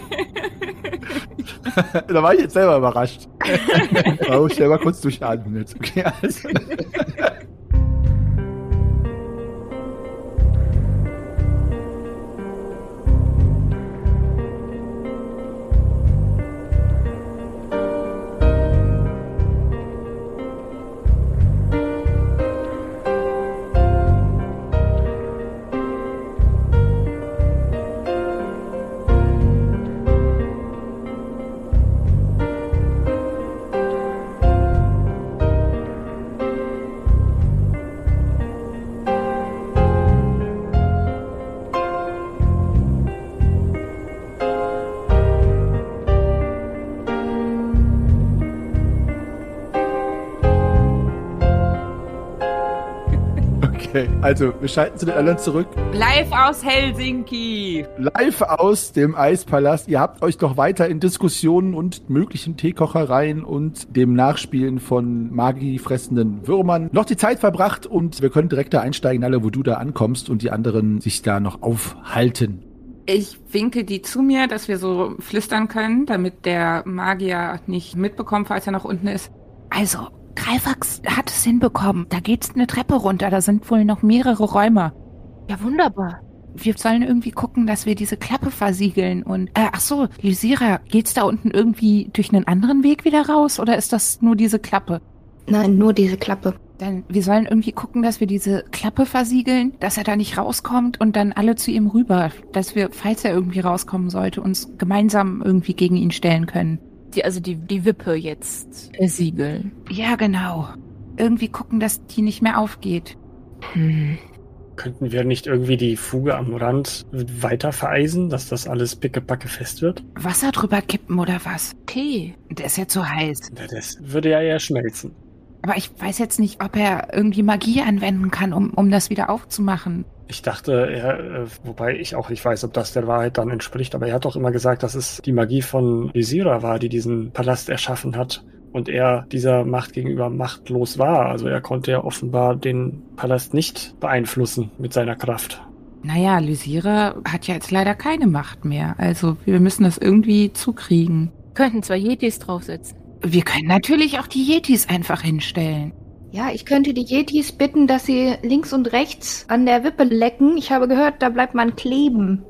S1: Da war ich jetzt selber überrascht. Da muss ich selber kurz durchatmen jetzt. Okay, also. Okay, also wir schalten zu den anderen zurück.
S5: Live aus Helsinki.
S1: Live aus dem Eispalast. Ihr habt euch doch weiter in Diskussionen und möglichen Teekochereien und dem Nachspielen von magiefressenden Würmern noch die Zeit verbracht und wir können direkt da einsteigen, alle, wo du da ankommst und die anderen sich da noch aufhalten.
S5: Ich winke die zu mir, dass wir so flüstern können, damit der Magier nicht mitbekommt, falls er noch unten ist. Also, Greifax hat es hinbekommen. Da geht's eine Treppe runter, da sind wohl noch mehrere Räume.
S2: Ja, wunderbar.
S5: Wir sollen irgendwie gucken, dass wir diese Klappe versiegeln und... ach so, Lysira, geht's da unten irgendwie durch einen anderen Weg wieder raus oder ist das nur diese Klappe?
S7: Nein, nur diese Klappe.
S5: Dann, wir sollen irgendwie gucken, dass wir diese Klappe versiegeln, dass er da nicht rauskommt und dann alle zu ihm rüber, dass wir, falls er irgendwie rauskommen sollte, uns gemeinsam irgendwie gegen ihn stellen können.
S2: Die Wippe jetzt versiegeln.
S5: Ja, genau. Irgendwie gucken, dass die nicht mehr aufgeht.
S4: Könnten wir nicht irgendwie die Fuge am Rand weiter vereisen, dass das alles pickepacke fest wird?
S5: Wasser drüber kippen oder was? Tee. Der ist ja zu heiß.
S4: Das würde ja eher schmelzen.
S5: Aber ich weiß jetzt nicht, ob er irgendwie Magie anwenden kann, um das wieder aufzumachen.
S4: Ich dachte, wobei ich auch nicht weiß, ob das der Wahrheit dann entspricht, aber er hat doch immer gesagt, dass es die Magie von Lysira war, die diesen Palast erschaffen hat und er dieser Macht gegenüber machtlos war. Also er konnte ja offenbar den Palast nicht beeinflussen mit seiner Kraft.
S5: Naja, Lysira hat ja jetzt leider keine Macht mehr, also wir müssen das irgendwie zukriegen.
S2: Könnten 2 Yetis draufsetzen.
S5: Wir können natürlich auch die Yetis einfach hinstellen.
S7: Ja, ich könnte die Yetis bitten, dass sie links und rechts an der Wippe lecken. Ich habe gehört, da bleibt man kleben.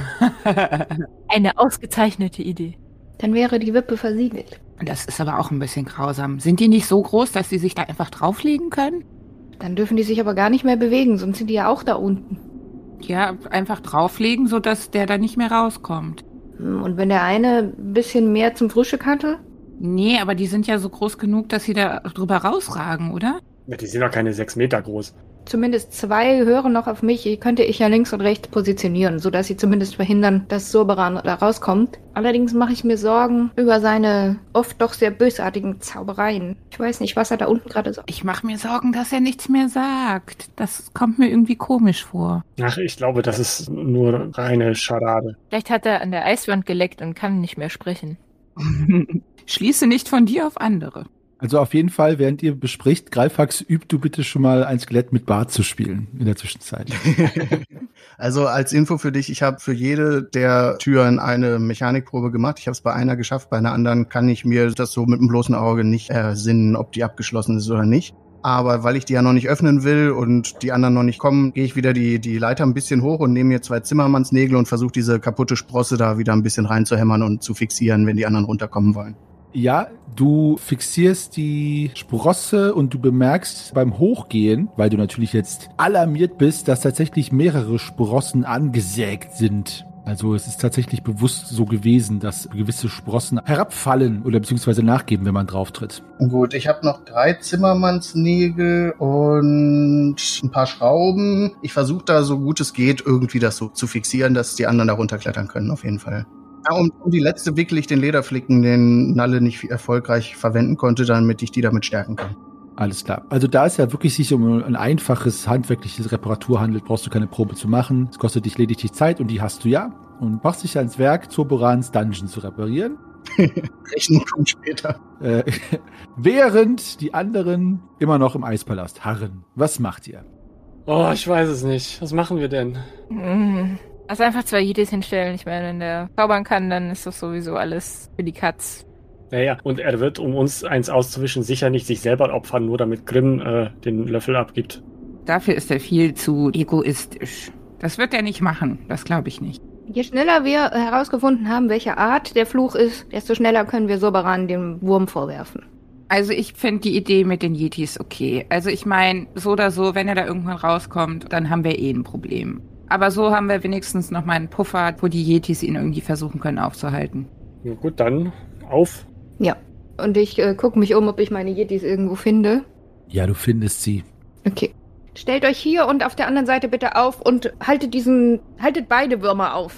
S2: Eine ausgezeichnete Idee.
S7: Dann wäre die Wippe versiegelt.
S5: Das ist aber auch ein bisschen grausam. Sind die nicht so groß, dass sie sich da einfach drauflegen können?
S7: Dann dürfen die sich aber gar nicht mehr bewegen, sonst sind die ja auch da unten.
S5: Ja, einfach drauflegen, sodass der da nicht mehr rauskommt.
S7: Und wenn der eine ein bisschen mehr zum Frühstück hatte?
S5: Nee, aber die sind ja so groß genug, dass sie da drüber rausragen, oder?
S4: Ja, die sind doch keine 6 Meter groß.
S7: Zumindest 2 hören noch auf mich. Die könnte ich ja links und rechts positionieren, sodass sie zumindest verhindern, dass Soberan da rauskommt. Allerdings mache ich mir Sorgen über seine oft doch sehr bösartigen Zaubereien. Ich weiß nicht, was er da unten gerade sagt.
S5: Ich mache mir Sorgen, dass er nichts mehr sagt. Das kommt mir irgendwie komisch vor.
S4: Ach, ich glaube, das ist nur reine Scharade.
S2: Vielleicht hat er an der Eiswand geleckt und kann nicht mehr sprechen.
S5: Schließe nicht von dir auf andere.
S1: Also auf jeden Fall, während ihr bespricht, Greifax, übt du bitte schon mal ein Skelett mit Bart zu spielen in der Zwischenzeit.
S3: Also als Info für dich, ich habe für jede der Türen eine Mechanikprobe gemacht. Ich habe es bei einer geschafft, bei einer anderen kann ich mir das so mit dem bloßen Auge nicht ersinnen, ob die abgeschlossen ist oder nicht. Aber weil ich die ja noch nicht öffnen will und die anderen noch nicht kommen, gehe ich wieder die Leiter ein bisschen hoch und nehme mir 2 Zimmermannsnägel und versuche diese kaputte Sprosse da wieder ein bisschen reinzuhämmern und zu fixieren, wenn die anderen runterkommen wollen.
S1: Ja, du fixierst die Sprosse und du bemerkst beim Hochgehen, weil du natürlich jetzt alarmiert bist, dass tatsächlich mehrere Sprossen angesägt sind. Also es ist tatsächlich bewusst so gewesen, dass gewisse Sprossen herabfallen oder beziehungsweise nachgeben, wenn man drauf tritt.
S3: Gut, ich habe noch 3 Zimmermannsnägel und ein paar Schrauben. Ich versuche da so gut es geht irgendwie das so zu fixieren, dass die anderen da runterklettern können, auf jeden Fall. Ja, um die letzte wickle ich den Lederflicken, den Nalle nicht erfolgreich verwenden konnte, damit ich die damit stärken kann.
S1: Alles klar. Also da es ja wirklich sich um ein einfaches handwerkliches Reparatur handelt, brauchst du keine Probe zu machen. Es kostet dich lediglich Zeit und die hast du ja. Und machst dich ans Werk, Zoborans Dungeon zu reparieren.
S3: Rechnung kommt später.
S1: Während die anderen immer noch im Eispalast harren. Was macht ihr?
S4: Oh, ich weiß es nicht. Was machen wir denn?
S2: Also einfach 2 Yetis hinstellen. Ich meine, wenn der zaubern kann, dann ist das sowieso alles für die Katz.
S4: Naja, und er wird, um uns eins auszuwischen, sicher nicht sich selber opfern, nur damit Grimm den Löffel abgibt.
S5: Dafür ist er viel zu egoistisch. Das wird er nicht machen, das glaube ich nicht.
S7: Je schneller wir herausgefunden haben, welche Art der Fluch ist, desto schneller können wir Soberan den Wurm vorwerfen.
S5: Also ich finde die Idee mit den Yetis okay. Also ich meine, so oder so, wenn er da irgendwann rauskommt, dann haben wir ein Problem. Aber so haben wir wenigstens noch mal einen Puffer, wo die Yetis ihn irgendwie versuchen können aufzuhalten.
S4: Na gut, dann auf.
S7: Ja, und ich gucke mich um, ob ich meine Yetis irgendwo finde.
S1: Ja, du findest sie.
S7: Okay. Stellt euch hier und auf der anderen Seite bitte auf und haltet beide Würmer auf.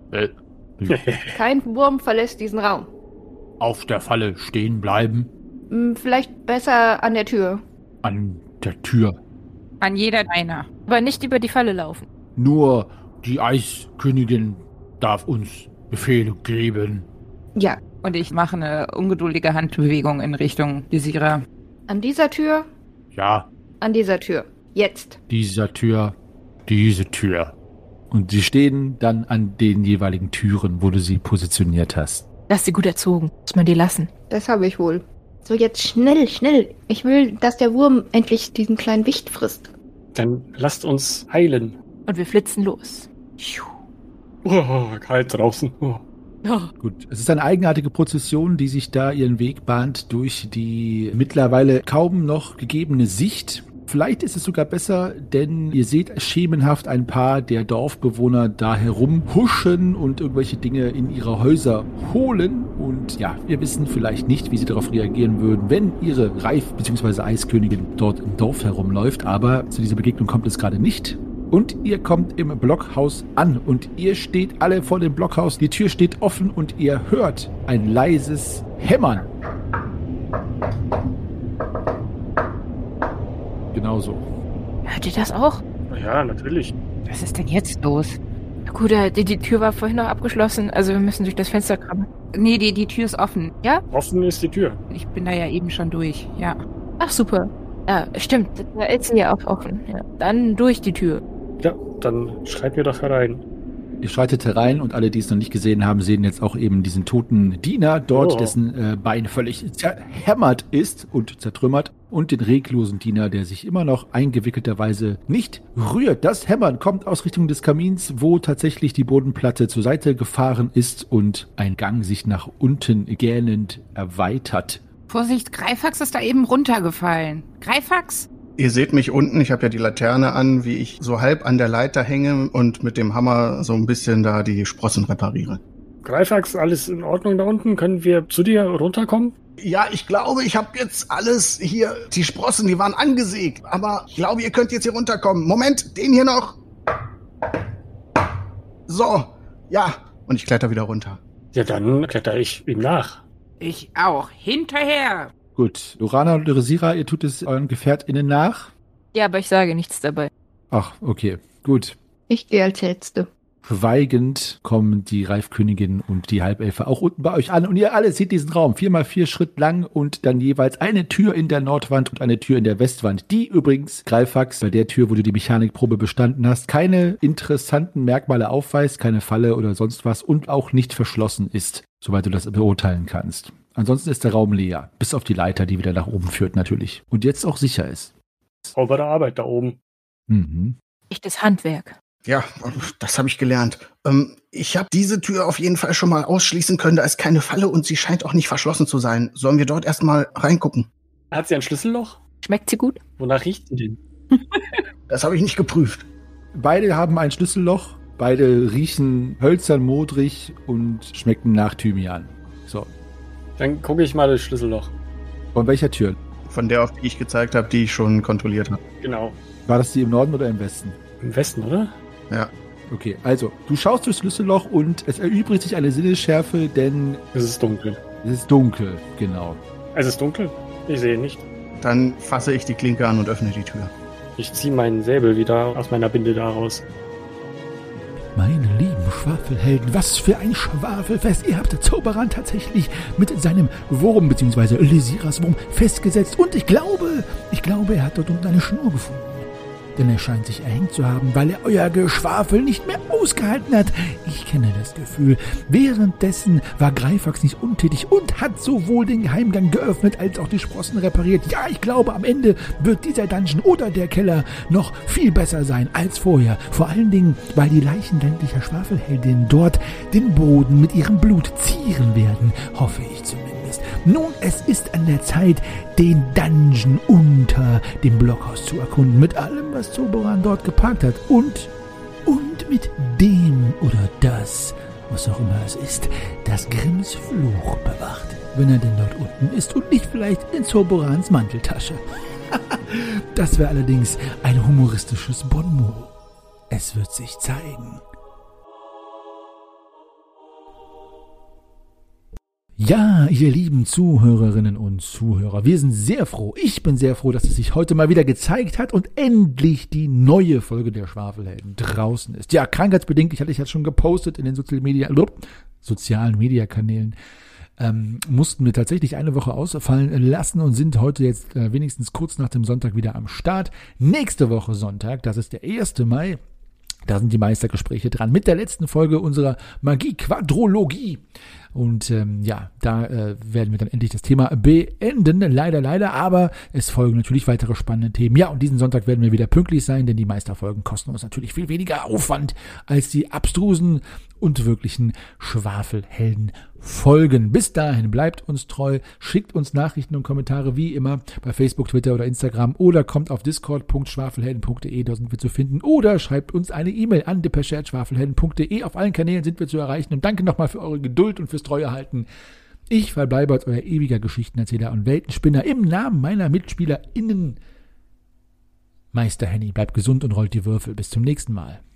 S7: Kein Wurm verlässt diesen Raum.
S1: Auf der Falle stehen bleiben.
S7: Vielleicht besser an der Tür.
S1: An der Tür.
S5: An jeder deiner.
S2: Aber nicht über die Falle laufen.
S1: Nur die Eiskönigin darf uns Befehle geben.
S7: Ja.
S5: Und ich mache eine ungeduldige Handbewegung in Richtung Lysira.
S7: An dieser Tür,
S1: Ja,
S7: an dieser Tür. Jetzt.
S1: diese Tür. Und sie stehen dann an den jeweiligen Türen, wo du sie positioniert hast.
S2: Lass sie gut erzogen. Muss man die lassen.
S7: Das habe ich wohl. So, jetzt schnell, schnell. Ich will, dass der Wurm endlich diesen kleinen Wicht frisst.
S4: Dann lasst uns heilen.
S2: Und wir flitzen los.
S4: Oh, kalt draußen. Oh.
S1: Gut, es ist eine eigenartige Prozession, die sich da ihren Weg bahnt durch die mittlerweile kaum noch gegebene Sicht. Vielleicht ist es sogar besser, denn ihr seht schemenhaft ein paar der Dorfbewohner da herumhuschen und irgendwelche Dinge in ihre Häuser holen. Und ja, wir wissen vielleicht nicht, wie sie darauf reagieren würden, wenn ihre Reif- bzw. Eiskönigin dort im Dorf herumläuft. Aber zu dieser Begegnung kommt es gerade nicht. Und ihr kommt im Blockhaus an und ihr steht alle vor dem Blockhaus. Die Tür steht offen und ihr hört ein leises Hämmern. Genauso.
S2: Hört ihr das auch?
S4: Ja, natürlich.
S5: Was ist denn jetzt los?
S2: Na gut, die Tür war vorhin noch abgeschlossen. Also wir müssen durch das Fenster krabben.
S5: Nee, die Tür ist offen.
S2: Ja?
S4: Offen ist die Tür.
S5: Ich bin da ja eben schon durch, ja.
S2: Ach, super. Ja, stimmt. Da ist sie ja auch offen. Ja. Dann durch die Tür.
S4: Ja, dann schreibt mir doch herein.
S1: Ihr schreitet herein und alle, die es noch nicht gesehen haben, sehen jetzt auch eben diesen toten Diener dort, dessen Bein völlig zerhämmert ist und zertrümmert. Und den reglosen Diener, der sich immer noch eingewickelterweise nicht rührt. Das Hämmern kommt aus Richtung des Kamins, wo tatsächlich die Bodenplatte zur Seite gefahren ist und ein Gang sich nach unten gähnend erweitert.
S5: Vorsicht, Greifax ist da eben runtergefallen. Greifax?
S3: Ihr seht mich unten, ich habe ja die Laterne an, wie ich so halb an der Leiter hänge und mit dem Hammer so ein bisschen da die Sprossen repariere.
S4: Greifax, alles in Ordnung da unten? Können wir zu dir runterkommen?
S3: Ja, ich glaube, ich habe jetzt alles hier, die Sprossen, die waren angesägt, aber ich glaube, ihr könnt jetzt hier runterkommen. Moment, den hier noch. So, ja, und ich kletter wieder runter.
S4: Ja, dann kletter ich ihm nach.
S5: Ich auch. Hinterher!
S1: Gut, Lorana und Lysira, ihr tut es euren GefährtInnen nach.
S2: Ja, aber ich sage nichts dabei.
S1: Ach, okay, gut.
S7: Ich gehe als Letzte.
S1: Schweigend kommen die Reifkönigin und die Halbelfe auch unten bei euch an und ihr alle seht diesen Raum 4x4 Schritt lang und dann jeweils eine Tür in der Nordwand und eine Tür in der Westwand, die übrigens, Greifax, bei der Tür, wo du die Mechanikprobe bestanden hast, keine interessanten Merkmale aufweist, keine Falle oder sonst was und auch nicht verschlossen ist, soweit du das beurteilen kannst. Ansonsten ist der Raum leer, bis auf die Leiter, die wieder nach oben führt natürlich und jetzt auch sicher ist.
S4: Saubere Arbeit da oben.
S1: Mhm.
S2: Echtes Handwerk.
S3: Ja, das habe ich gelernt. Ich habe diese Tür auf jeden Fall schon mal ausschließen können. Da ist keine Falle und sie scheint auch nicht verschlossen zu sein. Sollen wir dort erstmal reingucken?
S4: Hat sie ein Schlüsselloch?
S2: Schmeckt sie gut?
S4: Wonach riecht sie denn?
S3: Das habe ich nicht geprüft.
S1: Beide haben ein Schlüsselloch, beide riechen hölzern, modrig und schmecken nach Thymian. So.
S4: Dann gucke ich mal das Schlüsselloch.
S1: Von welcher Tür?
S3: Von der, auf die ich gezeigt habe, die ich schon kontrolliert habe.
S4: Genau.
S1: War das die im Norden oder im Westen?
S4: Im Westen, oder?
S3: Ja.
S1: Okay, also, du schaust durchs Schlüsselloch und es erübrigt sich eine Sinnesschärfe, denn
S4: Es ist dunkel.
S1: es ist dunkel, genau.
S4: Es ist dunkel? Ich sehe nicht.
S3: Dann fasse ich die Klinke an und öffne die Tür.
S4: Ich ziehe meinen Säbel wieder aus meiner Binde da raus.
S6: Meine lieben Schwafelhelden, was für ein Schwafelfest. Ihr habt Zauberan tatsächlich mit seinem Wurm, beziehungsweise Lysiras Wurm, festgesetzt. Und ich glaube, er hat dort unten eine Schnur gefunden. Denn er scheint sich erhängt zu haben, weil er euer Geschwafel nicht mehr ausgehalten hat. Ich kenne das Gefühl. Währenddessen war Greifax nicht untätig und hat sowohl den Geheimgang geöffnet, als auch die Sprossen repariert. Ja, ich glaube, am Ende wird dieser Dungeon oder der Keller noch viel besser sein als vorher. Vor allen Dingen, weil die Leichen ländlicher Schwafelheldinnen dort den Boden mit ihrem Blut zieren werden. Hoffe ich zumindest. Nun, es ist an der Zeit, den Dungeon unter dem Blockhaus zu erkunden. Mit allem, was Zoberan dort geparkt hat. Und mit dem oder das, was auch immer es ist, das Grimms Fluch bewacht. Wenn er denn dort unten ist und nicht vielleicht in Zoberans Manteltasche. Das wäre allerdings ein humoristisches Bonmot. Es wird sich zeigen. Ja, ihr lieben Zuhörerinnen und Zuhörer, wir sind sehr froh, ich bin sehr froh, dass es sich heute mal wieder gezeigt hat und endlich die neue Folge der Schwafelhelden draußen ist. Ja, krankheitsbedingt, ich hatte es ja schon gepostet in den sozialen Media-Kanälen, mussten wir tatsächlich eine Woche ausfallen lassen und sind heute jetzt wenigstens kurz nach dem Sonntag wieder am Start. Nächste Woche Sonntag, das ist der 1. Mai, da sind die Meistergespräche dran mit der letzten Folge unserer Magie-Quadrologie. Und da werden wir dann endlich das Thema beenden. Leider, aber es folgen natürlich weitere spannende Themen. Ja, und diesen Sonntag werden wir wieder pünktlich sein, denn die Meisterfolgen kosten uns natürlich viel weniger Aufwand als die abstrusen und wirklichen Schwafelhelden-Folgen. Bis dahin bleibt uns treu, schickt uns Nachrichten und Kommentare wie immer bei Facebook, Twitter oder Instagram oder kommt auf discord.schwafelhelden.de, da sind wir zu finden, oder schreibt uns eine E-Mail an depesche@schwafelhelden.de. Auf allen Kanälen sind wir zu erreichen und danke nochmal für eure Geduld und fürs treue Halten. Ich verbleibe als euer ewiger Geschichtenerzähler und Weltenspinner im Namen meiner MitspielerInnen. Meister Henny, bleibt gesund und rollt die Würfel. Bis zum nächsten Mal.